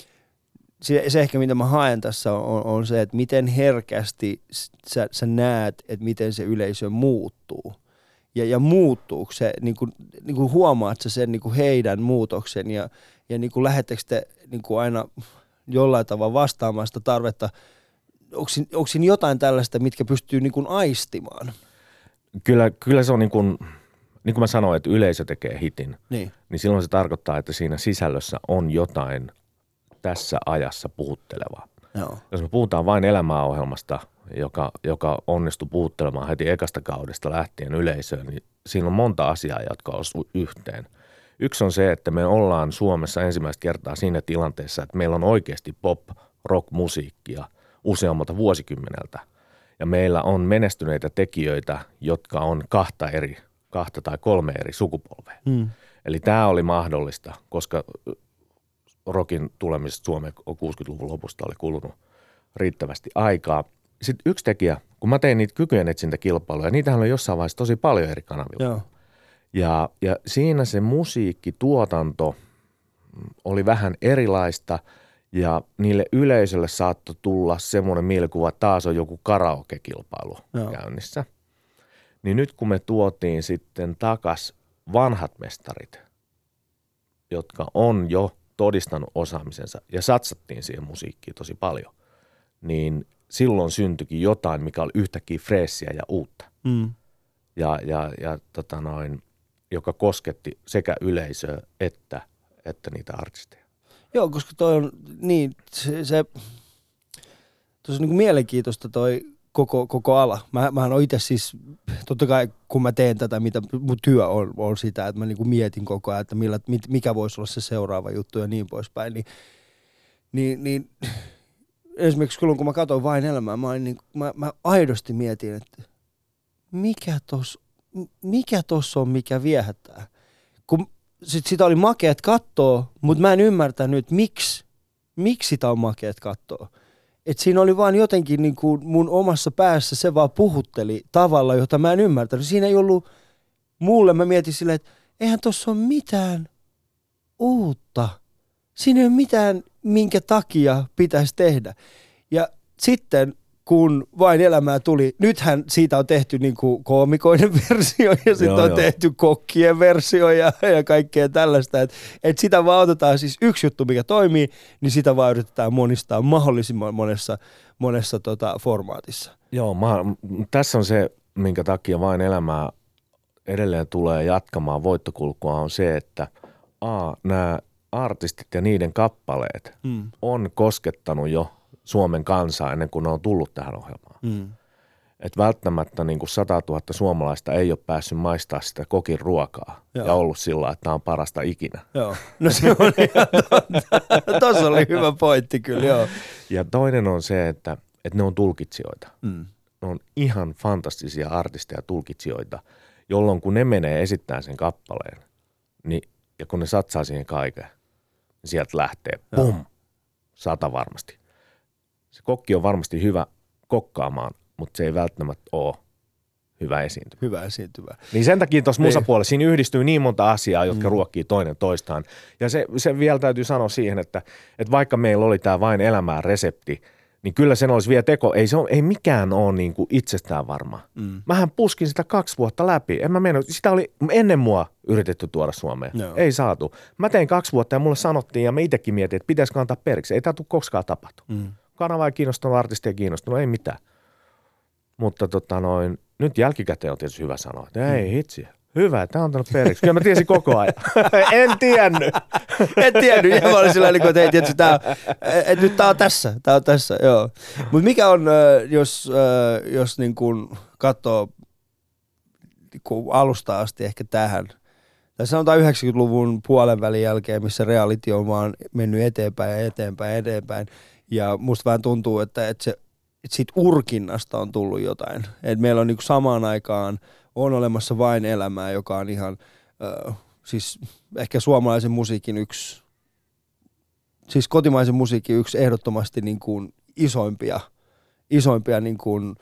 Se, se ehkä, mitä mä haen tässä, on, on se, että miten herkästi sä, sä näet, että miten se yleisö muuttuu. Ja, ja muuttuuko se, niin kuin, niin kuin huomaat sä sen niin kuin heidän muutoksen ja, ja niin kuin lähettekö te niin kuin aina jollain tavalla vastaamaan sitä tarvetta. Onko siinä, onko siinä jotain tällaista, mitkä pystyy niin kuin aistimaan? Kyllä, kyllä se on niin kuin, niin kuin mä sanoin, että yleisö tekee hitin. Niin. Niin silloin se tarkoittaa, että siinä sisällössä on jotain tässä ajassa puhuttelevaa. Joo. Jos me puhutaan vain elämäohjelmasta, joka, joka onnistui puhuttelemaan heti ekasta kaudesta lähtien yleisöön, niin siinä on monta asiaa, jotka osuu yhteen. Yksi on se, että me ollaan Suomessa ensimmäistä kertaa siinä tilanteessa, että meillä on oikeasti pop-rock-musiikkia useammalta vuosikymmeneltä. Ja meillä on menestyneitä tekijöitä, jotka on kahta, eri, kahta tai kolme eri sukupolvea. Hmm. Eli tämä oli mahdollista, koska rockin tulemisesta Suomeen kuusikymmentäluvun lopusta oli kulunut riittävästi aikaa. Sitten yksi tekijä, kun mä tein niitä kykyjen etsintäkilpailuja, niitähän oli jossain vaiheessa tosi paljon eri kanavilla. Joo. Ja, ja siinä se musiikkituotanto oli vähän erilaista Ja niille yleisölle saattoi tulla semmoinen mielikuva, että taas on joku karaoke-kilpailu Joo. käynnissä. Niin nyt kun me tuotiin sitten takas vanhat mestarit, jotka on jo todistanut osaamisensa ja satsattiin siihen musiikkiin tosi paljon, niin silloin syntyikin jotain, mikä oli yhtäkkiä freessiä ja uutta. Mm. Ja, ja, ja tota noin, joka kosketti sekä yleisöä että, että niitä artisteja. Joo, koska toi on niin, se, se tosi niin kuin mielenkiintoista toi koko, koko ala. Mä, mähän oon itse siis, totta kai kun mä teen tätä, mitä mun työ on, on sitä, että mä niin kuin mietin koko ajan, että millä, mikä voisi olla se seuraava juttu ja niin poispäin, niin, niin, niin esimerkiksi kun mä katsoin Vain elämää, mä, niin, mä, mä aidosti mietin, että mikä tossa, mikä tossa on, mikä viehättää. Kun sit sitä oli makeat kattoo, mutta mä en ymmärtänyt, miksi, miksi sitä on makeat kattoo. Et siinä oli vaan jotenkin niin kuin mun omassa päässä, se vaan puhutteli tavalla, jota mä en ymmärtänyt. Siinä ei ollut, mulle mä mietin silleen, että eihän tossa ole mitään uutta. Siinä ei ole mitään, minkä takia pitäisi tehdä. Ja sitten kun Vain elämää tuli, nythän siitä on tehty niin kuin koomikoiden versio ja sitten on joo. tehty kokkien versio ja, ja kaikkea tällaista. Että et sitä vaan otetaan siis yksi juttu, mikä toimii, niin sitä vaan yritetään monistaa mahdollisimman monessa, monessa tota, formaatissa. Joo, mä, tässä on se, minkä takia Vain elämää edelleen tulee jatkamaan voittokulkua, on se, että a, nämä artistit ja niiden kappaleet hmm. on koskettanut jo Suomen kansaa ennen kuin ne on tullut tähän ohjelmaan. Mm. Että välttämättä niin kuin satatuhatta suomalaista ei ole päässyt maistaa sitä kokin ruokaa joo. ja ollut sillä, että tämä on parasta ikinä. Joo, no se on ihan totta. Tuossa oli hyvä pointti kyllä, joo. Ja toinen on se, että, että ne on tulkitsijoita. Mm. Ne on ihan fantastisia artisteja tulkitsijoita, jolloin kun ne menee esittämään sen kappaleen, niin, ja kun ne satsaa siihen kaiken, niin sieltä lähtee pum, sata varmasti. Se kokki on varmasti hyvä kokkaamaan, mutta se ei välttämättä ole hyvä esiintymä. Hyvä esiintymä. Niin sen takia tuossa musapuolella siinä yhdistyy niin monta asiaa, jotka mm. ruokkii toinen toistaan. Ja se, se vielä täytyy sanoa siihen, että, että vaikka meillä oli tämä Vain elämää resepti, niin kyllä sen olisi vielä teko. Ei, se ole, ei mikään ole niin kuin itsestään varma. Mm. Mähän puskin sitä kaksi vuotta läpi. En mä mennyt, sitä oli ennen mua yritetty tuoda Suomeen. No. Ei saatu. Mä tein kaksi vuotta ja mulle sanottiin ja mä itsekin mietin, että pitäisikö antaa periksi. Ei tämä tule koskaan tapahtua. Mm. Kanava ei kiinnostunut, artisti ei kiinnostunut, ei mitään. Mutta tota noin, nyt jälkikäteen on tietysti hyvä sanoa, että ei hitsi, hyvä, että on antanut periksi. Kyllä mä tiesin koko ajan. En tiennyt. En tiennyt. Ja mä olin sillä tavalla, että ei tietysti, tää, et nyt tää on tässä, tää on tässä, joo. Mutta mikä on, jos, jos niin kuin katsoo niin alusta asti ehkä tähän, tai sanotaan yhdeksänkymmentäluvun puolen välin jälkeen, missä reality on vaan mennyt eteenpäin ja eteenpäin ja eteenpäin, ja musta vähän tuntuu, että, että, se, että siitä urkinnasta on tullut jotain. Että meillä on niin kuin samaan aikaan on olemassa Vain elämää, joka on ihan äh, siis ehkä suomalaisen musiikin yksi, siis kotimaisen musiikin yksi ehdottomasti niin kuin isoimpia, isoimpia niin kuin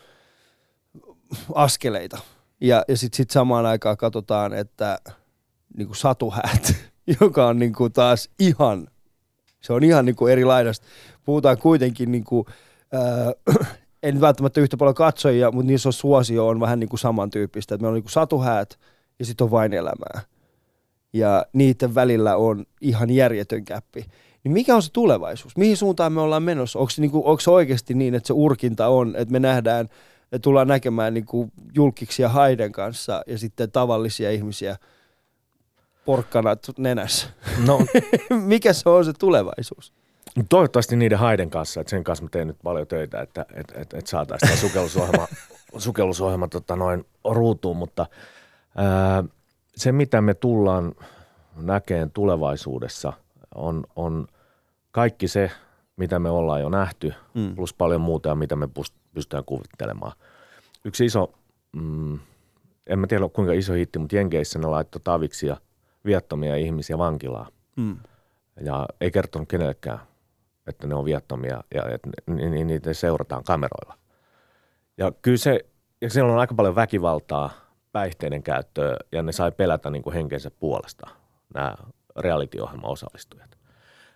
askeleita. Ja, ja sitten sit samaan aikaan katsotaan, että niin kuin Satuhäät, joka on niin kuin taas ihan, se on ihan niin kuin eri laidasta. Puhutaan kuitenkin, niin kuin, äh, en välttämättä yhtä paljon katsojia, mutta niissä on suosio on vähän niin kuin samantyyppistä. Että meillä on niin kuin Satuhäät ja sitten on Vain elämää. Ja niiden välillä on ihan järjetön käppi. Niin mikä on se tulevaisuus? Mihin suuntaan me ollaan menossa? Onko se, niin kuin, onko se oikeasti niin, että se urkinta on, että me nähdään, että tullaan näkemään niin kuin julkiksia Haiden kanssa ja sitten tavallisia ihmisiä porkkanat nenässä? No. Mikä se on se tulevaisuus? Toivottavasti niiden Haiden kanssa, että sen kanssa mä teen nyt paljon töitä, että et, et, et saataisiin tämä sukellusohjelma, sukellusohjelma tota noin ruutuun, mutta ää, se mitä me tullaan näkeen tulevaisuudessa on, on kaikki se, mitä me ollaan jo nähty, mm. plus paljon muuta, mitä me pystytään kuvittelemaan. Yksi iso, mm, en mä tiedä kuinka iso hitti, mutta Jenkeissä ne laittoi taviksia viattomia ihmisiä vankilaan mm. ja ei kertonut kenellekään, että ne on viattomia ja että niitä seurataan kameroilla. Ja kyllä se, ja siellä on aika paljon väkivaltaa, päihteiden käyttöä ja ne sai pelätä niin kuin henkensä puolesta, nämä reality-ohjelman osallistujat.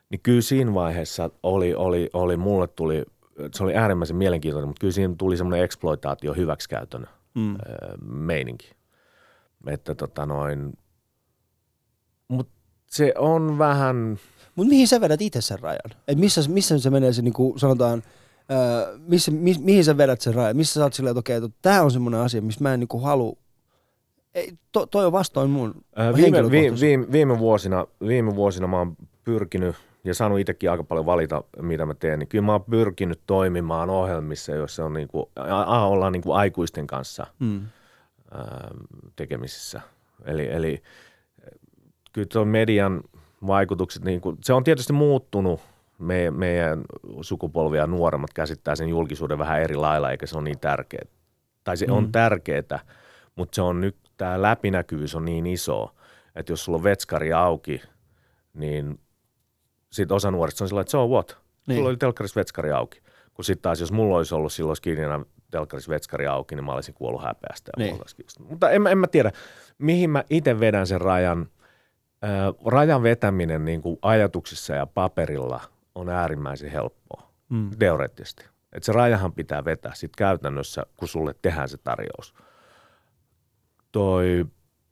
niin kyllä siinä vaiheessa oli, oli, oli mulle tuli, se oli äärimmäisen mielenkiintoinen, mutta kyllä siinä tuli semmoinen exploitaatio hyväksikäytön mm. meininki. Että tota noin, mutta se on vähän... Mutta mihin sä vedät itse sen rajan? Et missä, missä se menee se, niin kuin sanotaan, ää, missä, mi, mihin sä vedät sen rajan? Missä sä oot silleen, että okei, okay, tämä on semmoinen asia, missä mä en niin kuin halua... Ei, to, toi on vastoin mun ää, viime, viime, viime, viime, vuosina, viime vuosina mä oon pyrkinyt, ja saanut itsekin aika paljon valita, mitä mä teen, niin kyllä mä oon pyrkinyt toimimaan ohjelmissa, joissa on niin kuin, a, ollaan niin kuin aikuisten kanssa mm. ää, tekemisissä. Eli, eli kyllä tuon median vaikutukset, niin kuin, se on tietysti muuttunut, me, meidän sukupolvia ja nuoremmat käsittää sen julkisuuden vähän eri lailla, eikä se ole niin tärkeää. Tai se mm. on tärkeää, mutta se on nyt, tämä läpinäkyvyys on niin iso, että jos sulla on vetskari auki, niin sitten osa nuorista on sillä, että so what? Niin. Sulla oli telkkarissa vetskari auki. Kun sitten taas, jos mulla olisi ollut silloin kiinniänä telkkarissa vetskari auki, niin mä olisin kuollut häpeästä. Niin. Mutta en, en mä tiedä, mihin mä itse vedän sen rajan. Äh, rajan vetäminen niin kuin ajatuksissa ja paperilla on äärimmäisen helppoa, mm. teoreettisesti. Että se rajahan pitää vetää sitten käytännössä, kun sulle tehdään se tarjous. Toi...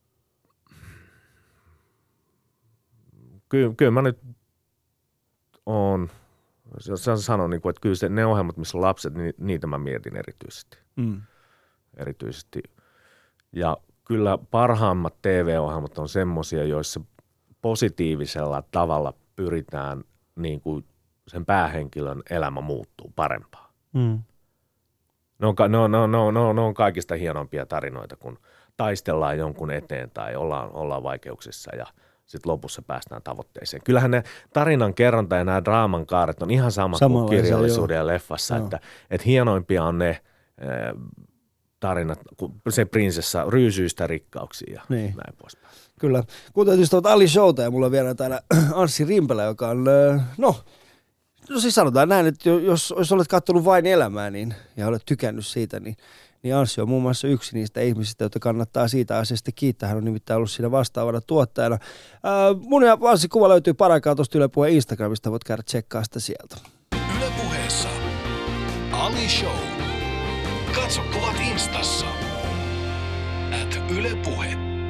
Kyllä, kyllä mä nyt oon, sanon, niin kuin, että kyllä se, ne ohjelmat, missä on lapset, niin niitä mä mietin erityisesti. Mm. Erityisesti. Ja kyllä parhaimmat T V-ohjelmat on semmoisia, joissa positiivisella tavalla pyritään, niin kuin sen päähenkilön elämä muuttuu parempaan. Mm. Ne, on, ne, on, ne, on, ne, on, ne on kaikista hienompia tarinoita, kun taistellaan jonkun eteen tai ollaan, ollaan vaikeuksissa ja sitten lopussa päästään tavoitteeseen. Kyllähän ne tarinan kerronta ja nämä draaman kaaret on ihan sama kuin kirjallisuuden ja leffassa, että, että hienoimpia on ne äh, tarinat, kun se prinsessa ryysyistä rikkauksiin ja niin. Näin poispäin. Kyllä. Kuuntelin tuota Ali Showta ja mulla on vielä täällä Anssi Rimpelä, joka on, no, no siis sanotaan näin, että jos, jos olet katsonut vain elämää niin, ja olet tykännyt siitä, niin niin Anssi on muun muassa yksi niistä ihmisistä, joita kannattaa siitä asiasta kiittää. Hän on nimittäin ollut siinä vastaavana tuottajana. Ää, mun ja Anssi kuva löytyy paraikaa tuosta Yle Puheen Instagramista. Voit käydä tsekkaa sitä sieltä. Yle Puheessa Ali Show. Katso kuvat Instassa. At Yle Puhe.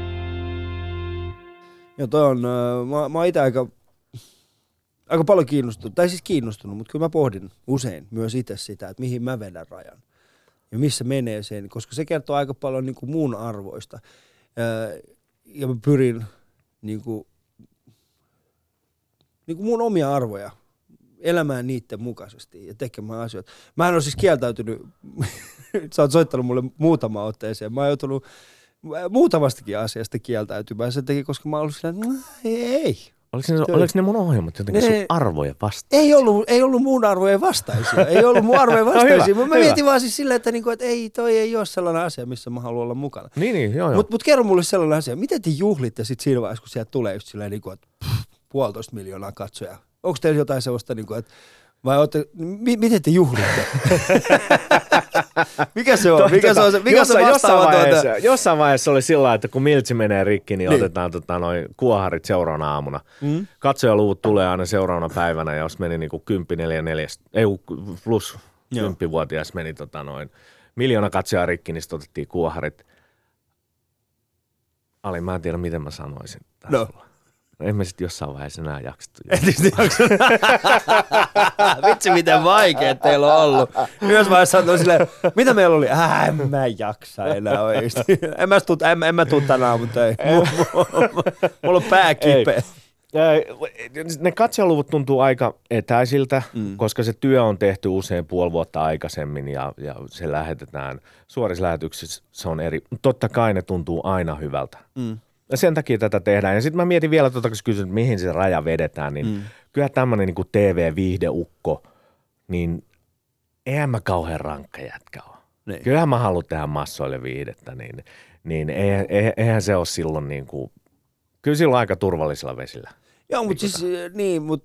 Joo, toi on, äh, mä, mä oon itse aika, aika paljon kiinnostunut, tai siis kiinnostunut, mutta kyllä mä pohdin usein myös itse sitä, että mihin mä vedän rajan. Ja missä menee sen, koska se kertoo aika paljon niin kuin mun arvoista. Ja mä pyrin niin kuin, niin kuin mun omia arvoja elämään niiden mukaisesti ja tekemään asioita. Mä en ole siis kieltäytynyt, sä oot soittanut mulle muutama otteeseen. Mä oon joutunut muutamastakin asiasta kieltäytymään sen takia, koska mä oon ollut sillä, että ei, ei. Oliko ne, oliko ne mun ohjelmat jotenkin ne, sun arvojen vastaisia? Ei ollut, ei ollut mun arvojen vastaisia. Ei ollut mun arvojen vastaisia. no, mä hyvä. Mietin vaan siis silleen, että, niinku, että ei, toi ei ole sellainen asia, missä mä haluan olla mukana. Niin, niin, joo, joo. Mutta mut kerro mulle sellainen asia. Miten te juhlitte sit siinä vaiheessa, kun sieltä tulee just silleen, niinku, että pff, puolitoista miljoonaa katsojaa? Onko teillä jotain sellaista, niinku, että vai ootte, mi, miten te juhlitte? Mikä se on? Mikä se on se, mikä jossain, se jossain, vaiheessa, jossain vaiheessa oli sillä, että kun miltsi menee rikki, niin, niin. otetaan tota, noin kuoharit seuraavana aamuna. Mm. Katsojaluvut tulee aina seuraavana päivänä, ja jos meni niin kuin kymmenen neljä neljä, ei plus kymppivuotias meni tota, noin miljoona katsojaa rikki, niin sitten otettiin kuoharit. Ali, mä en tiedä, miten mä sanoisin. No. No en mä sitten jossain vaiheessa enää jaksettu. Vitsi, miten vaikea teillä on ollut. Myös vaiheessa on silleen, mitä meillä oli? Äh, en mä jaksa enää oikeasti. En mä tuu, en, en mä tuu tänä aamun töihin. Mulla on pää kipeä. Ne katsojaluvut tuntuu aika etäisiltä, mm. koska se työ on tehty usein puoli vuotta aikaisemmin ja, ja se lähetetään suorissa lähetyksissä. Se on eri. Totta kai ne tuntuu aina hyvältä. Mm. Ja sen takia tätä tehdään. Ja sitten mä mietin vielä, tuota, kun kysyt, mihin se raja vedetään, niin mm. kyllä tämmöinen niin kuin T V-viihdeukko, niin eihän mä kauhean rankka jätkä ole. Niin. Kyllähän mä haluan tehdä massoille viihdettä, niin, niin eihän, eihän se ole silloin niin kuin, kyllä silloin aika turvallisella vesillä. Joo, mutta siis niin, mutta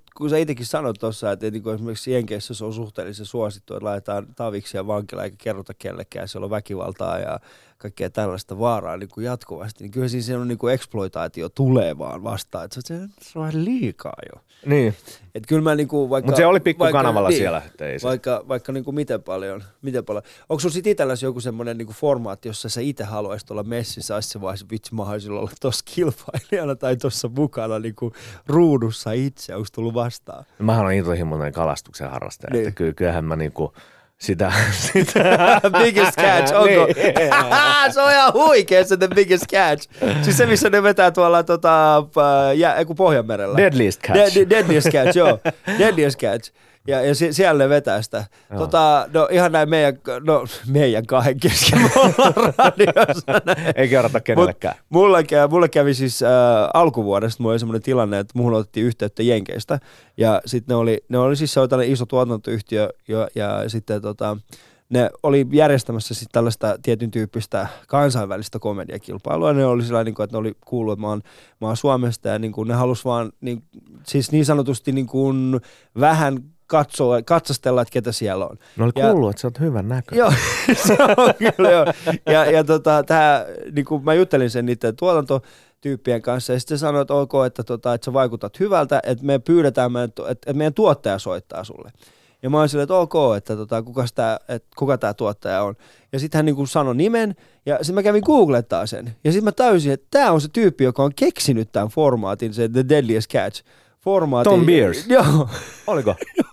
kun sä itsekin sanot tuossa, että niin esimerkiksi Jenkeissä se on suhteellisen suosittu, että laitetaan taviksia vankilaan eikä kerrota kellekään, siellä on väkivaltaa ja kaikkea tällaista vaaraa niin kuin jatkuvasti, niin kyllä siinä se on niin kuin eksploitaatio tulee vaan vastaan, että se, se on vähän liikaa jo. Niin. Että kyllä mä niinku vaikka... Mutta se oli pikku vaikka, kanavalla niin, siellä. Ei se. Vaikka, vaikka niinku miten paljon, miten paljon. Onko sun sit itselläsi joku semmoinen niinku formaatti, jossa sä itse haluaisit olla messissä, olisi se vaiheessa, vitsi mä haluaisin olla tuossa kilpailijana tai tuossa mukana niinku ruudussa itse, onko tullut vastaan? No, mähän olen intohimoinen kalastuksen harrastaja, niin. Että kyllähän mä niinku... Sitä, sitä. Biggest catch, onko? Niin. Se on ihan huikea se the biggest catch. Siis se, missä ne vetää tuolla tota, jää, eiku Pohjanmerellä. Deadliest catch. De, de, deadliest catch, joo. Deadliest catch. Ja, ja sie, siellä ne vetää sitä. Tota, no ihan näin meidän, no meidän kahden kesken me ollaan radiossa. Ei kerrota kenellekään. Mulle, mulle kävi siis äh, alkuvuodesta, mulla oli semmoinen tilanne, että mulla otettiin yhteyttä Jenkeistä. Ja sitten ne oli, ne oli siis sellainen iso tuotantoyhtiö ja, ja sitten tota, ne oli järjestämässä sitten tällaista tietyn tyyppistä kansainvälistä komediakilpailua. Ne oli sillä niin että ne oli kuullut, että mä oon, mä oon Suomesta ja niin kuin, ne halusi vaan niin, siis niin sanotusti niin kuin, vähän katsoa, katsastella, että ketä siellä on. No oli ja, kuullut, että sä oot hyvän näköinen. Joo, se on kyllä joo. Ja, ja tota, tää, niin kuin mä juttelin sen niiden tuotantotyyppien kanssa ja sitten se sanoi, että ok, että, tota, että sä vaikutat hyvältä, että me pyydetään, että, että meidän tuottaja soittaa sulle. Ja mä oon silleen, että ok, että tota, kukas tää, että kuka tämä tuottaja on. Ja sitten hän niin kuin sanoi nimen, ja sitten mä kävin googlettaa sen. Ja sitten mä täysin, että tämä on se tyyppi, joka on keksinyt tämän formaatin, se The Deadliest Catch. Formaatin. Tom Beers. Joo. Oliko?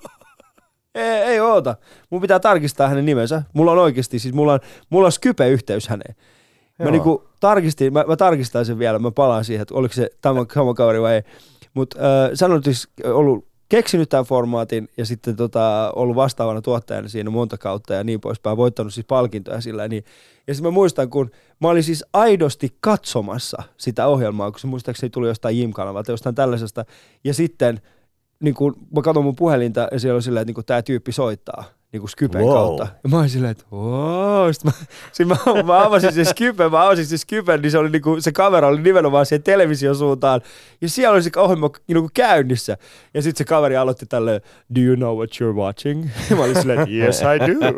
ei, ei oota. Mun pitää tarkistaa hänen nimensä. Mulla on oikeasti, siis mulla on, mulla on Skype-yhteys häneen. Mä, niinku tarkistin, mä, mä tarkistan sen vielä, mä palaan siihen, että oliko se tämä sama kaveri vai ei. Mutta äh, sanoin, että ollut keksinyt tämän formaatin ja sitten tota, ollut vastaavana tuottajana siinä monta kautta ja niin poispäin, voittanut siis palkintoja sillä ja niin. Ja sitten mä muistan, kun mä olin siis aidosti katsomassa sitä ohjelmaa, kun se muistaakseni tuli jostain Jim-kanavalta, jostain tällaisesta. Ja sitten niin kun mä katson mun puhelinta ja siellä oli silleen, että niin tämä tyyppi soittaa niin kuin Skypen wow. kautta. Ja mä olin silleen, että wow. Sitten mä, sit mä, mä avasin sen Skypen, mä avasin sen Skypen, niin se, oli niin kuin, se kamera oli nimenomaan siihen television suuntaan. Ja siellä oli se ohjelma niin kuin käynnissä. Ja sitten se kaveri aloitti tälleen, do you know what you're watching? Ja mä olin silleen, yes I do.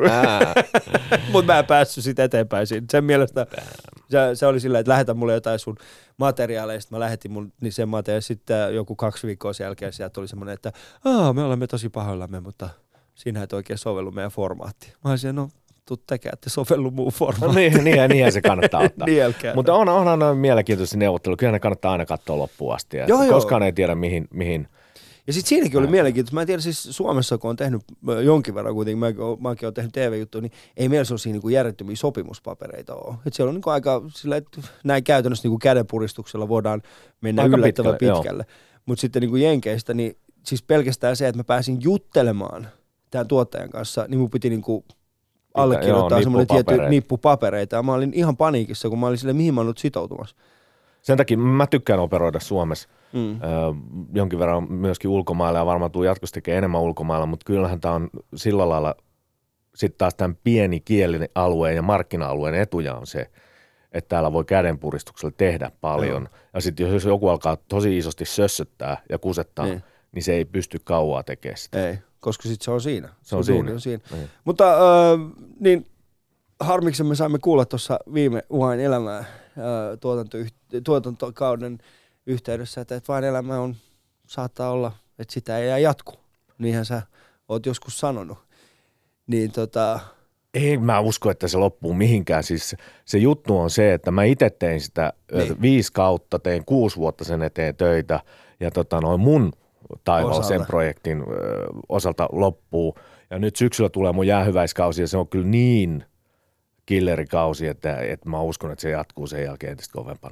Mutta mä en päässyt siitä eteenpäin siinä. Sen mielestä se, se oli silleen, että lähetä mulle jotain sun materiaaleista. Mä lähetin mun niin sen materiaalin. Sitten joku kaksi viikkoa sen jälkeen sieltä oli semmoinen, että me olemme tosi pahoillamme, mutta siinä et oikein sovellu meidän formaattiin. Mä olisin, no tuu tekee, että sovellu muu formaatti. No niin, niin, niinhän se kannattaa ottaa. Nielkään. Mutta on, onhan on mielenkiintoisia neuvotteluja. Kyllä ne kannattaa aina katsoa loppuun asti. Joo, koskaan joo. Ei tiedä mihin... mihin ja sitten siinäkin oli mielenkiintoista. Mä en tiedä siis Suomessa, kun on tehnyt jonkin verran kuitenkin, mäkin olen tehnyt T V-juttuja, niin ei meillä sellaisia niin kuin järjettömiä sopimuspapereita ole. Et siellä on niin kuin aika sillä, että näin käytännössä niin kuin kädenpuristuksella voidaan mennä aika yllättävän pitkälle. pitkälle. Mutta sitten niin kuin Jenkeistä, niin siis pelkästään se, että mä pääsin juttelemaan tämän tuottajan kanssa, niin mun piti niin kuin allekirjoittaa semmoinen tietty nippu papereita. Ja mä olin ihan paniikissa, kun mä olin silleen, mihin mä oon nyt sitoutumassa. Sen takia mä tykkään operoida Suomessa mm. äh, jonkin verran myöskin ulkomailla ja varmaan tuu jatkossa tekemään enemmän ulkomailla, mutta kyllähän tämä on sillä lailla sitten taas tämän pieni kielinen alueen ja markkina-alueen etuja on se, että täällä voi kädenpuristuksella tehdä paljon. Mm. Ja sitten jos joku alkaa tosi isosti sössöttää ja kusettaa, mm. niin se ei pysty kauaa tekemään sitä. Ei, koska sitten se on siinä. Se on siinä. On siinä. Mm. Mutta äh, niin harmiksen me saimme kuulla tuossa viime Vain elämää Tuotantoyht- tuotantokauden yhteydessä, että, että vain elämä on, saattaa olla, että sitä ei jatku. Niinhän sä oot joskus sanonut. Niin tota... Ei mä usko, että se loppuu mihinkään. Siis se juttu on se, että mä itse tein sitä niin. viisi kautta, tein kuusi vuotta sen eteen töitä ja tota noin mun taivaalla sen projektin ö, osalta loppuu. Ja nyt syksyllä tulee mun jäähyväiskausi ja se on kyllä niin killerikausi, että, että mä uskon, että se jatkuu sen jälkeen entistä kovempana.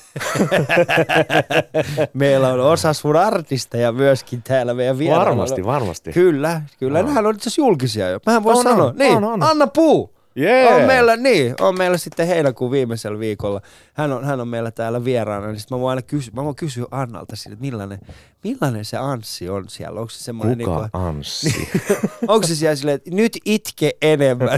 Meillä on osa sun artisteja myöskin täällä meidän vierailla. Varmasti, varmasti. Kyllä, kyllä. No. Nämähän on itse asiassa julkisia jo. Mähän voin on, sanoa. On, niin, on, on. Anna Puu. Yeah. On meillä, niin, on meillä sitten heinäkuun viimeisellä viikolla. Hän on, hän on meillä täällä vieraana, niin sitten mä voin aina kysyä, mä voin kysyä Annalta siitä, että millainen, millainen se Anssi on siellä. Onko se semmoinen... Kuka niin kuin, Anssi? Niin, onko se siellä silleen, että nyt itke enemmän?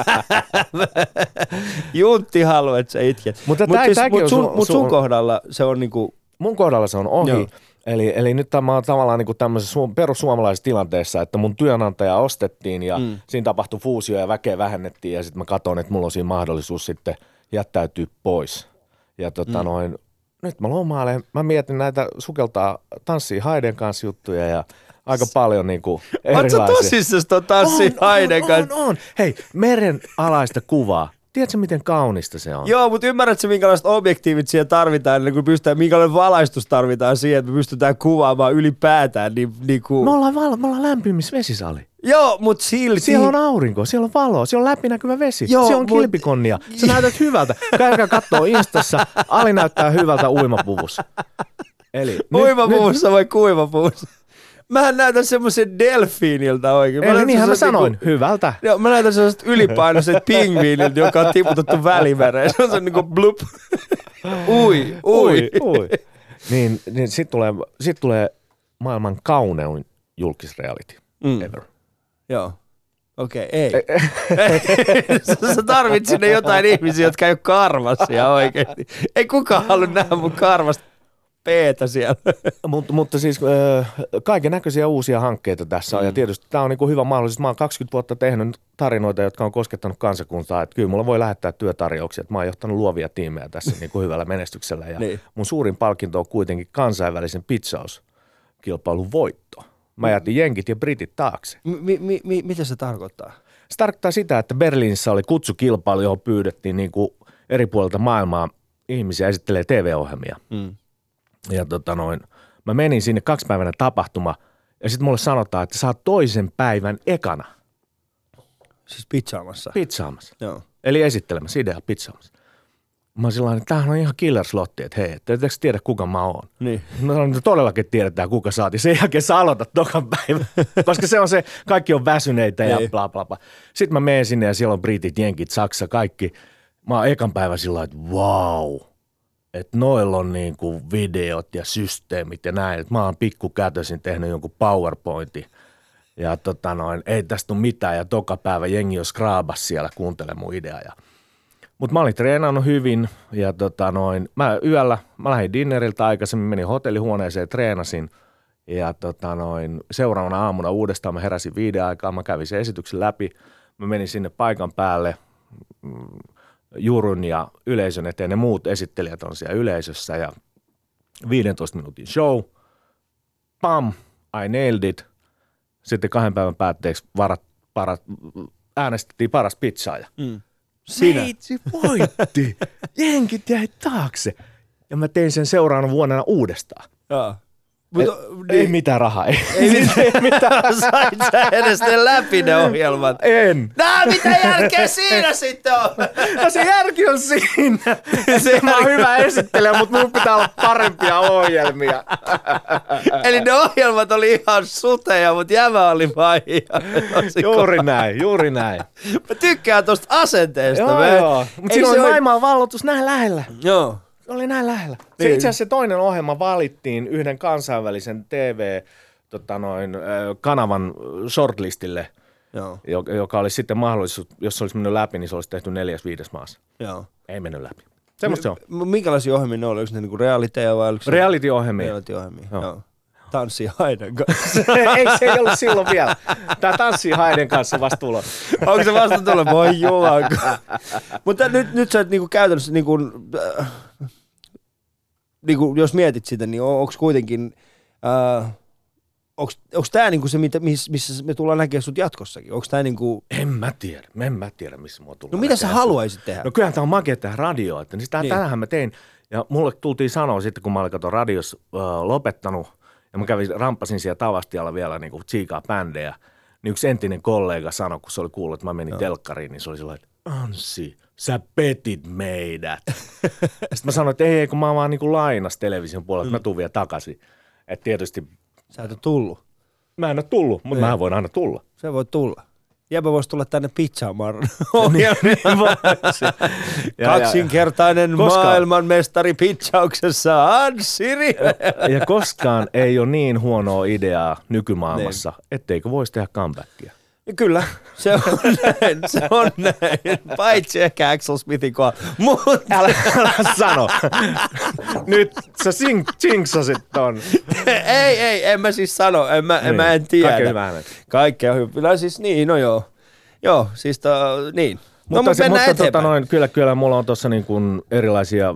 Juntti haluaa, että sä itket. Mutta mut siis, mut sun, sun, mut sun kohdalla se on niinku... Mun kohdalla se on ohi. Joo. Eli, eli nyt tämä on tavallaan niin kuin tämmöisessä perussuomalaisessa tilanteessa, että mun työnantaja ostettiin ja mm. siinä tapahtui fuusio ja väkeä vähennettiin ja sitten mä katson, että mulla on siinä mahdollisuus sitten jättäytyä pois. Ja tota mm. noin, nyt mä lomailen, mä mietin näitä sukeltaa tanssii Haiden kanssa juttuja ja aika paljon niin kuin erilaisia. Oletko tosissaan tuon tanssii Haiden kanssa? On, on, on. Hei, meren alaista kuvaa. Tiedätkö, miten kaunista se on? Joo, mutta ymmärrätkö, minkälaiset objektiivit siihen tarvitaan, niin kun pystytään, minkälainen valaistus tarvitaan siihen, että me pystytään kuvaamaan ylipäätään. Niin, niin kuin... me, ollaan val- me ollaan lämpimis vesisali. Joo, mutta silti. Siellä on aurinko, siellä on valoa, siellä on läpinäkyvä vesi, Joo, siellä on mut... kilpikonnia. Sä näytät hyvältä. Käykää kattoo Instassa, Ali näyttää hyvältä uimapuvussa. Eli uimapuvussa nyt... vai kuivapuvussa? Mähän näytän semmoisen delfiiniltä oikein. Eli niinhän mä sanoin, niinku, hyvältä. Joo, mä näytän semmoiset ylipainoiset pingviiniltä, joka on tiputettu välimereen. Se on se niinku blup. Ui, ui. ui, ui. Niin, niin sit tulee, sit tulee maailman kaunein julkisreality mm. ever. Joo. Okei, okay, ei. Sä tarvit sinne jotain ihmisiä, jotka ei ole karvasia oikeasti. Ei kukaan halua nähdä mun karvasta peetä siellä. Mut, mutta siis äh, kaiken näköisiä uusia hankkeita tässä on. Mm. Ja tietysti tämä on niinku hyvä mahdollisuus. Mä oon kaksikymmentä vuotta tehnyt tarinoita, jotka on koskettanut kansakuntaa. Että kyllä mulla voi lähettää työtarjouksia. Että mä oon johtanut luovia tiimejä tässä niinku hyvällä menestyksellä. Ja niin. Mun suurin palkinto on kuitenkin kansainvälisen pitsauskilpailun voitto. Mä jätin jenkit ja britit taakse. Mi- mi- mi- mitä se tarkoittaa? Se tarkoittaa sitä, että Berliinissä oli kutsukilpailu, johon pyydettiin niinku eri puolilta maailmaa ihmisiä esittelee T V-ohjelmia. Mm. Ja tota noin, mä menin sinne kaksipäiväinen tapahtuma ja sitten mulle sanotaan, että sä oot toisen päivän ekana. Siis pitsaamassa? Pitsaamassa. Joo. Eli esittelemässä, idea pitsaamassa. Mä oon sillain, että tämähän on ihan killer slotti, että hei, että ettekö tiedä kuka mä oon? Niin. Mä sanoin, että todellakin tiedetään kuka sä oot ja sen jälkeen sä aloitat tokan päivän, koska se on se, kaikki on väsyneitä ja bla bla bla. Sitten mä menen sinne ja siellä on britit, jenkit, Saksa, kaikki. Mä oon ekan päivän sillä että wow. Että noilla on niinku videot ja systeemit ja näin. Et mä oon pikkukätösin tehnyt jonkun PowerPointin ja tota noin, ei tästä ole mitään. Ja toka päivä jengi on skraabas siellä kuuntele mun ideaa. Ja... Mutta mä olin treenannut hyvin ja tota noin, mä yöllä, mä lähdin dinneriltä aikaisemmin, menin hotellihuoneeseen, treenasin. Ja tota noin, seuraavana aamuna uudestaan mä heräsin viiden aikaa, mä kävin sen esityksen läpi. Mä menin sinne paikan päälle. Jurun ja yleisön eteen, ne muut esittelijät on siellä yleisössä ja viidentoista minuutin show, pam, I nailed it. Sitten kahden päivän päätteeksi varat, parat, äänestettiin paras pizzaaja. Mm. Sinä. Meitsi voitti, jenkit jäi taakse ja mä tein sen seuraavana vuonna uudestaan. Jaa. Mut, ei, niin, ei mitään rahaa. Ei, ei mitään, mitään. Sait sä edes ne läpi ne ohjelmat? En. Nää, mitä järkeä siinä sitten on? No se järki on siinä. Se mä oon hyvä esittelijä, mutta mun pitää olla parempia ohjelmia. Eli ne ohjelmat oli ihan suteja, mutta jämä oli vaan ihan. Juuri kova. näin, juuri näin. Mä tykkään tosta asenteesta. Joo, mä. joo. Mutta siinä oli maailman valloitus näin lähellä. Joo. Oli näin lähellä. Se niin. Itse asiassa se toinen ohjelma valittiin yhden kansainvälisen T V tota noin, kanavan shortlistille, Joo. joka olisi sitten mahdollisuus, jos se olisi mennyt läpi, niin se olisi tehty neljäs viides maassa. Joo. Ei mennyt läpi. Semmosta se on. Minkälaisia ohjelmia ne oli? Oliko ne niinku realiteja vai oliko se? Reality-ohjelmia. Reality-ohjelmia, joo. joo. Tanssii Haiden kanssa. Ei, se ei ollut silloin vielä. Tää Tanssii Haiden kanssa vasta tulo. Onko se vasta tulo? Voi jumanko. Mutta nyt, nyt sä et niinku käytännössä, niinku, äh, niinku, jos mietit sitä, niin on, onko kuitenkin, äh, onko tää niinku se, missä, missä me tullaan näkemään sut jatkossakin? Onko tää niinku... En mä tiedä. En mä tiedä, missä mua tullaan No mitä sä haluaisit tehdä? No kyllähän tää on makea tehdä radioa. Että, niin sitä, niin. Tämähän mä tein. Ja mulle tultiin sanoa sitten, kun mä olin kato radiossa äh, lopettanut, ja mä kävin, rampasin siellä Tavastialla vielä niin kuin tsiikaa bändejä, niin yksi entinen kollega sanoi, kun se oli kuullut, että mä menin Joo. telkkariin, niin se oli sellainen, että Anssi, sä petit meidät. Sitten mä sanoin, että ei, kun mä vaan niin kuin lainas television puolella, että mm. mä tuun vielä takaisin. Että tietysti... Sä et ole tullut. Mä en ole tullut, mutta mä voin aina tulla. Se voi tulla. Jäbä voisi tulla tänne pizzaamaan. Kaksinkertainen maailmanmestari pizzauksessa, Anssi Rive. Ja koskaan ei ole niin huonoa ideaa nykymaailmassa, etteikö voisi tehdä comebackia. Kyllä, se on näin, se on näin. Paitsi ehkä Axel Smithin kohdalla. Mutta Älä, älä sano. Nyt sä sink, jinksasit ton. ei, ei, en mä siis sano, en mä, Niin, en, mä en tiedä. kaikki hyvää. Kaikkea hyvää. No siis niin, no joo. Joo, siis to, niin. No, Mutta, mutta se, mennään mutta eteenpäin. tota noin, kyllä, kyllä mulla on tuossa niin kuin erilaisia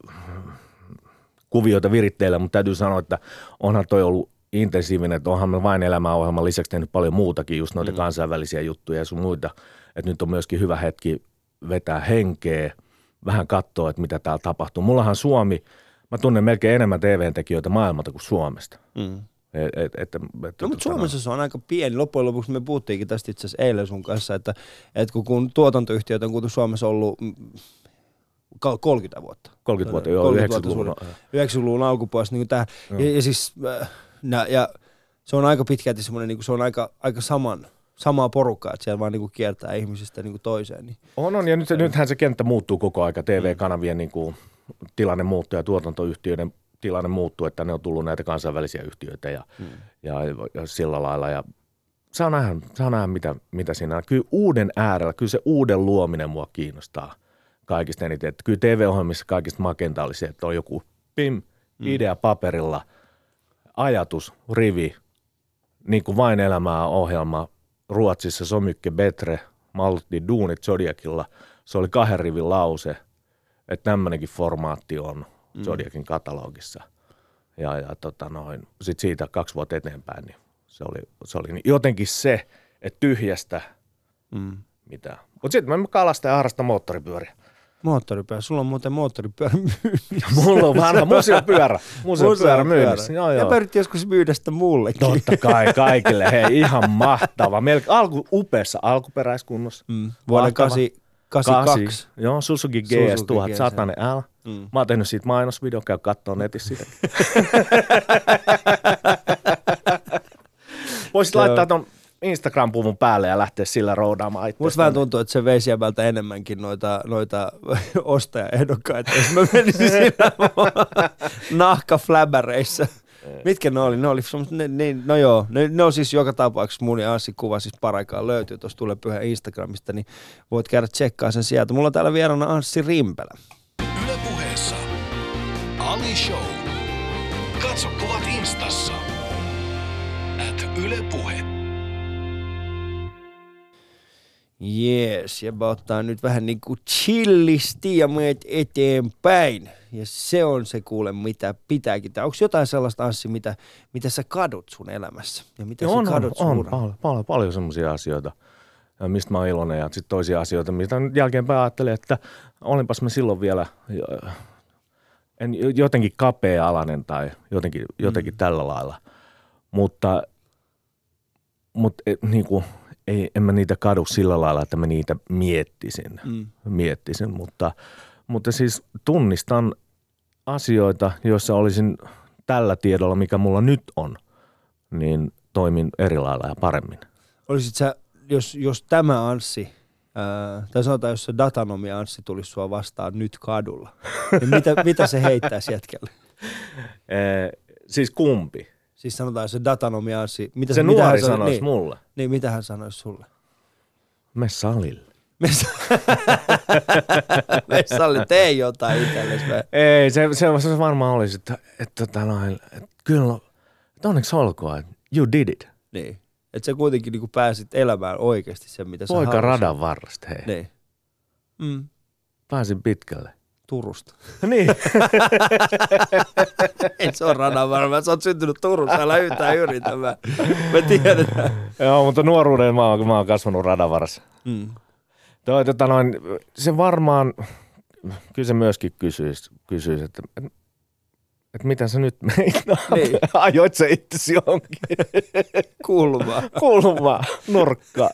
kuvioita viritteillä, mutta täytyy sanoa, että onhan toi ollut intensiivinen, että onhan me Vain elämää -ohjelman lisäksi tehnyt paljon muutakin, just noita mm. kansainvälisiä juttuja ja sun muita, että nyt on myöskin hyvä hetki vetää henkeä, vähän katsoa, että mitä täällä tapahtuu. Mullahan Suomi, mä tunnen melkein enemmän T V-tekijöitä maailmalta kuin Suomesta. Mm. Et, et, et, et, no, mutta Suomessa se on aika pieni. Loppujen lopuksi me puhuttiinkin tästä itse asiassa eilen sun kanssa, että, että kun, kun tuotantoyhtiöt on kuitenkin Suomessa ollut kolmekymmentä vuotta. kolmekymmentä vuotta, joo, yhdeksänkymmentäluvun. yhdeksänkymmentäluvun alkupuolesta. Niin tähän, ja, ja, siis, ja, ja se on aika pitkälti semmoinen, niin se on aika, aika saman, samaa porukkaa, että siellä vaan niin kuin kiertää ihmisistä niin kuin toiseen. Niin. On, on, ja nyt, nythän se kenttä muuttuu koko aika, T V-kanavien niin kuin, tilanne muuttuu ja tuotantoyhtiöiden tilanne muuttuu, että ne on tullut näitä kansainvälisiä yhtiöitä ja, hmm. ja, ja sillä lailla. Ja saa nähdä, saa nähdä mitä, mitä siinä on. Kyllä uuden äärellä, kyllä se uuden luominen mua kiinnostaa kaikista eniten. Että kyllä T V-ohjelmissa kaikista makeinta oli se, että on joku pim, idea paperilla, ajatus, rivi, niin kuin Vain elämää -ohjelma. Ruotsissa Somykke Betre, Maltti Duunit Zodiacilla. Se oli kahden rivin lause, että tämmöinenkin formaatti on Zodiacin katalogissa. Ja, ja tota noin, sit siitä kaksi vuotta eteenpäin, niin se oli, se oli niin jotenkin se, että tyhjästä mm. mitä. Mutta sitten mä kalastan ja harrastan moottoripyöriä. Moottoripyörä, sulla on muuten moottoripyörä myynnissä. Mulla on vanha museopyörä, museopyörä myynnissä. Joo, joo. Ja pyöritti joskus myydä sitä mullekin. Totta kai, kaikille. Hei, ihan mahtava. Melkein alku, upeassa alkuperäiskunnossa. Mm. Vuonna kahdeksankymmentäkaksi. Joo, Suzuki G S tuhatsata L. Mm. Mä oon tehnyt siitä mainosvideo, käy kattoo netissä sitä. Voisit laittaa ton Instagram-puvun päälle ja lähteä sillä roudaamaan itse. Musta vähän tuntuu, että se veisi jäbältä enemmänkin noita, noita ostajaehdokkaita, jos mä menisin siinä nahkafläbäreissä. Mitkä ne oli? Ne oli ne, ne, no joo, ne, ne on siis joka tapauksessa mun ja Anssin kuva siis paraikaa löytyy tuossa Tulee Pyhä Instagramista, niin voit käydä tsekkaa sen sieltä. Mulla on täällä vieraana Anssi Rimpelä. Yle Puheessa Ali Show. Katso kuvat Instassa. At Yle Puhe. Jees, ja mä ottaa nyt vähän niinku chillisti ja meet eteenpäin. Ja se on se kuule, mitä pitääkin. Onko jotain sellaista, Anssi, mitä, mitä sä kadut sun elämässä? Ja mitä on, sä kadut on, sun on paljon, paljon, paljon semmoisia asioita, mistä mä oon iloinen. Ja sitten toisia asioita, mitä nyt jälkeenpäin ajattelin, että olinpas mä silloin vielä en, jotenkin kapea-alainen tai jotenkin, jotenkin mm. tällä lailla. Mutta, mutta niin kuin, ei, en mä niitä kadu sillä lailla, että mä niitä miettisin, mm. miettisin mutta, mutta siis tunnistan asioita, joissa olisin tällä tiedolla, mikä mulla nyt on, niin toimin eri lailla ja paremmin. Olisit sä, jos, jos tämä Anssi, ää, tai sanotaan, jos se datanomi Anssi tulisi sua vastaan nyt kadulla, niin mitä, mitä se heittäisi jätkelle? Ee, siis kumpi? Siis sanotaan se datanomi Anssi. Mitä se mitä nuori hän sanoisi niin, mulle. Niin, mitä hän sanoisi sulle? Me salille. Me, me salille, tee jotain itsellesi. Ei, se, se, se varmaan olisi, että, että, että, että kyllä, että onneksi olkoon, että you did it. Niin, että sä kuitenkin niin pääsit elämään oikeasti sen, mitä sä Poika haluaisit. radan varrasta, hei. Niin. Mm. Pääsin pitkälle. Turusta. Niin. Ei se on radan varma. Sä oot syntynyt Turussa, älä yhtään yritä. Mä, me tiedetään. Joo, mutta nuoruuden mä oon, mä oon kasvanut radan varassa. Mm. Toi, tota noin, se varmaan, kyllä se myöskin kysyisi, kysyisi että, että, että mitä sä nyt meinaat? Niin. Ajoit sä itsesi johonkin? Kulmaa. Kulmaa, nurkkaa.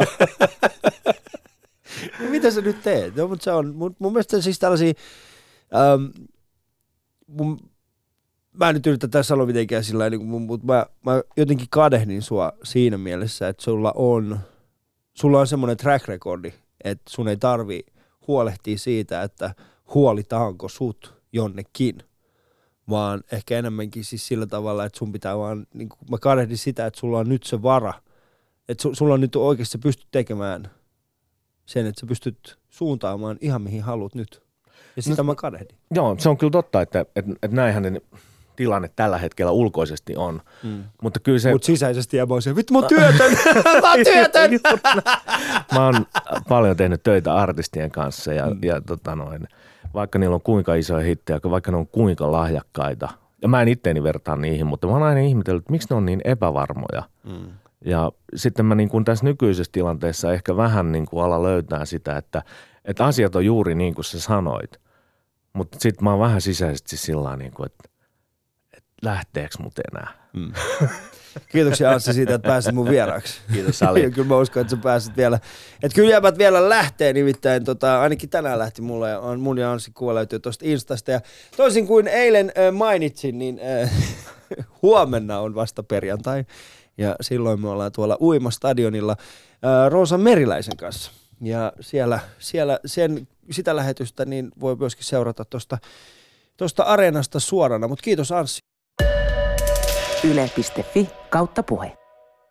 Mitä sä nyt teet? No, mutta se on, mun, mun mielestä siis tällaisia, ähm, mun, mä en nyt yritä tässä sanoa mitenkään sillä tavalla, mutta mä, mä jotenkin kadehdin sua siinä mielessä, että sulla on, sulla on semmoinen track recordi, että sun ei tarvi huolehtia siitä, että huolitaanko sut jonnekin, vaan ehkä enemmänkin siis sillä tavalla, että sun pitää vaan, niin kuin, mä kadehdin sitä, että sulla on nyt se vara, Että su, sulla on nyt oikeasti, sä pystyt tekemään sen, että sä pystyt suuntaamaan ihan mihin haluat nyt. Ja sitä no, mä kadehdin. Joo, se on kyllä totta, että, että, että näinhän tilanne tällä hetkellä ulkoisesti on. Mm. Mutta kyllä se... Mut sisäisesti ja mä oon se, vittu mä oon työtön, mä oon työtön. Mä oon paljon tehnyt töitä artistien kanssa ja, mm. ja tota noin, vaikka niillä on kuinka isoja hittejä, vaikka ne on kuinka lahjakkaita. Ja mä en itteeni vertaa niihin, mutta mä oon aina ihmetellyt, että miksi ne on niin epävarmoja. Mm. Ja sitten mä niin kuin tässä nykyisessä tilanteessa ehkä vähän niin kuin ala löytää sitä, että, että asiat on juuri niin kuin sä sanoit. Mutta sitten mä oon vähän sisäisesti sillä niin kuin, että, että lähteekö mut enää. Mm. Kiitoksia Anssi siitä, että pääsit mun vieraaksi. Kiitos Ali. Kyllä mä uskon, että sä pääsit vielä. Että kyllä jääpät vielä lähtee, nimittäin tota, ainakin tänään lähti mulle. Ja on mun ja Anssi kuva löytyy tuosta Instasta. Ja toisin kuin eilen äh, mainitsin, niin äh, huomenna on vasta perjantai. Ja silloin me ollaan tuolla Uimastadionilla äh, Roosa Meriläisen kanssa. Ja siellä, siellä sen, sitä lähetystä niin voi myöskin seurata tuosta tosta Areenasta suorana. Mutta kiitos Anssi. Yle piste fi kautta puhe.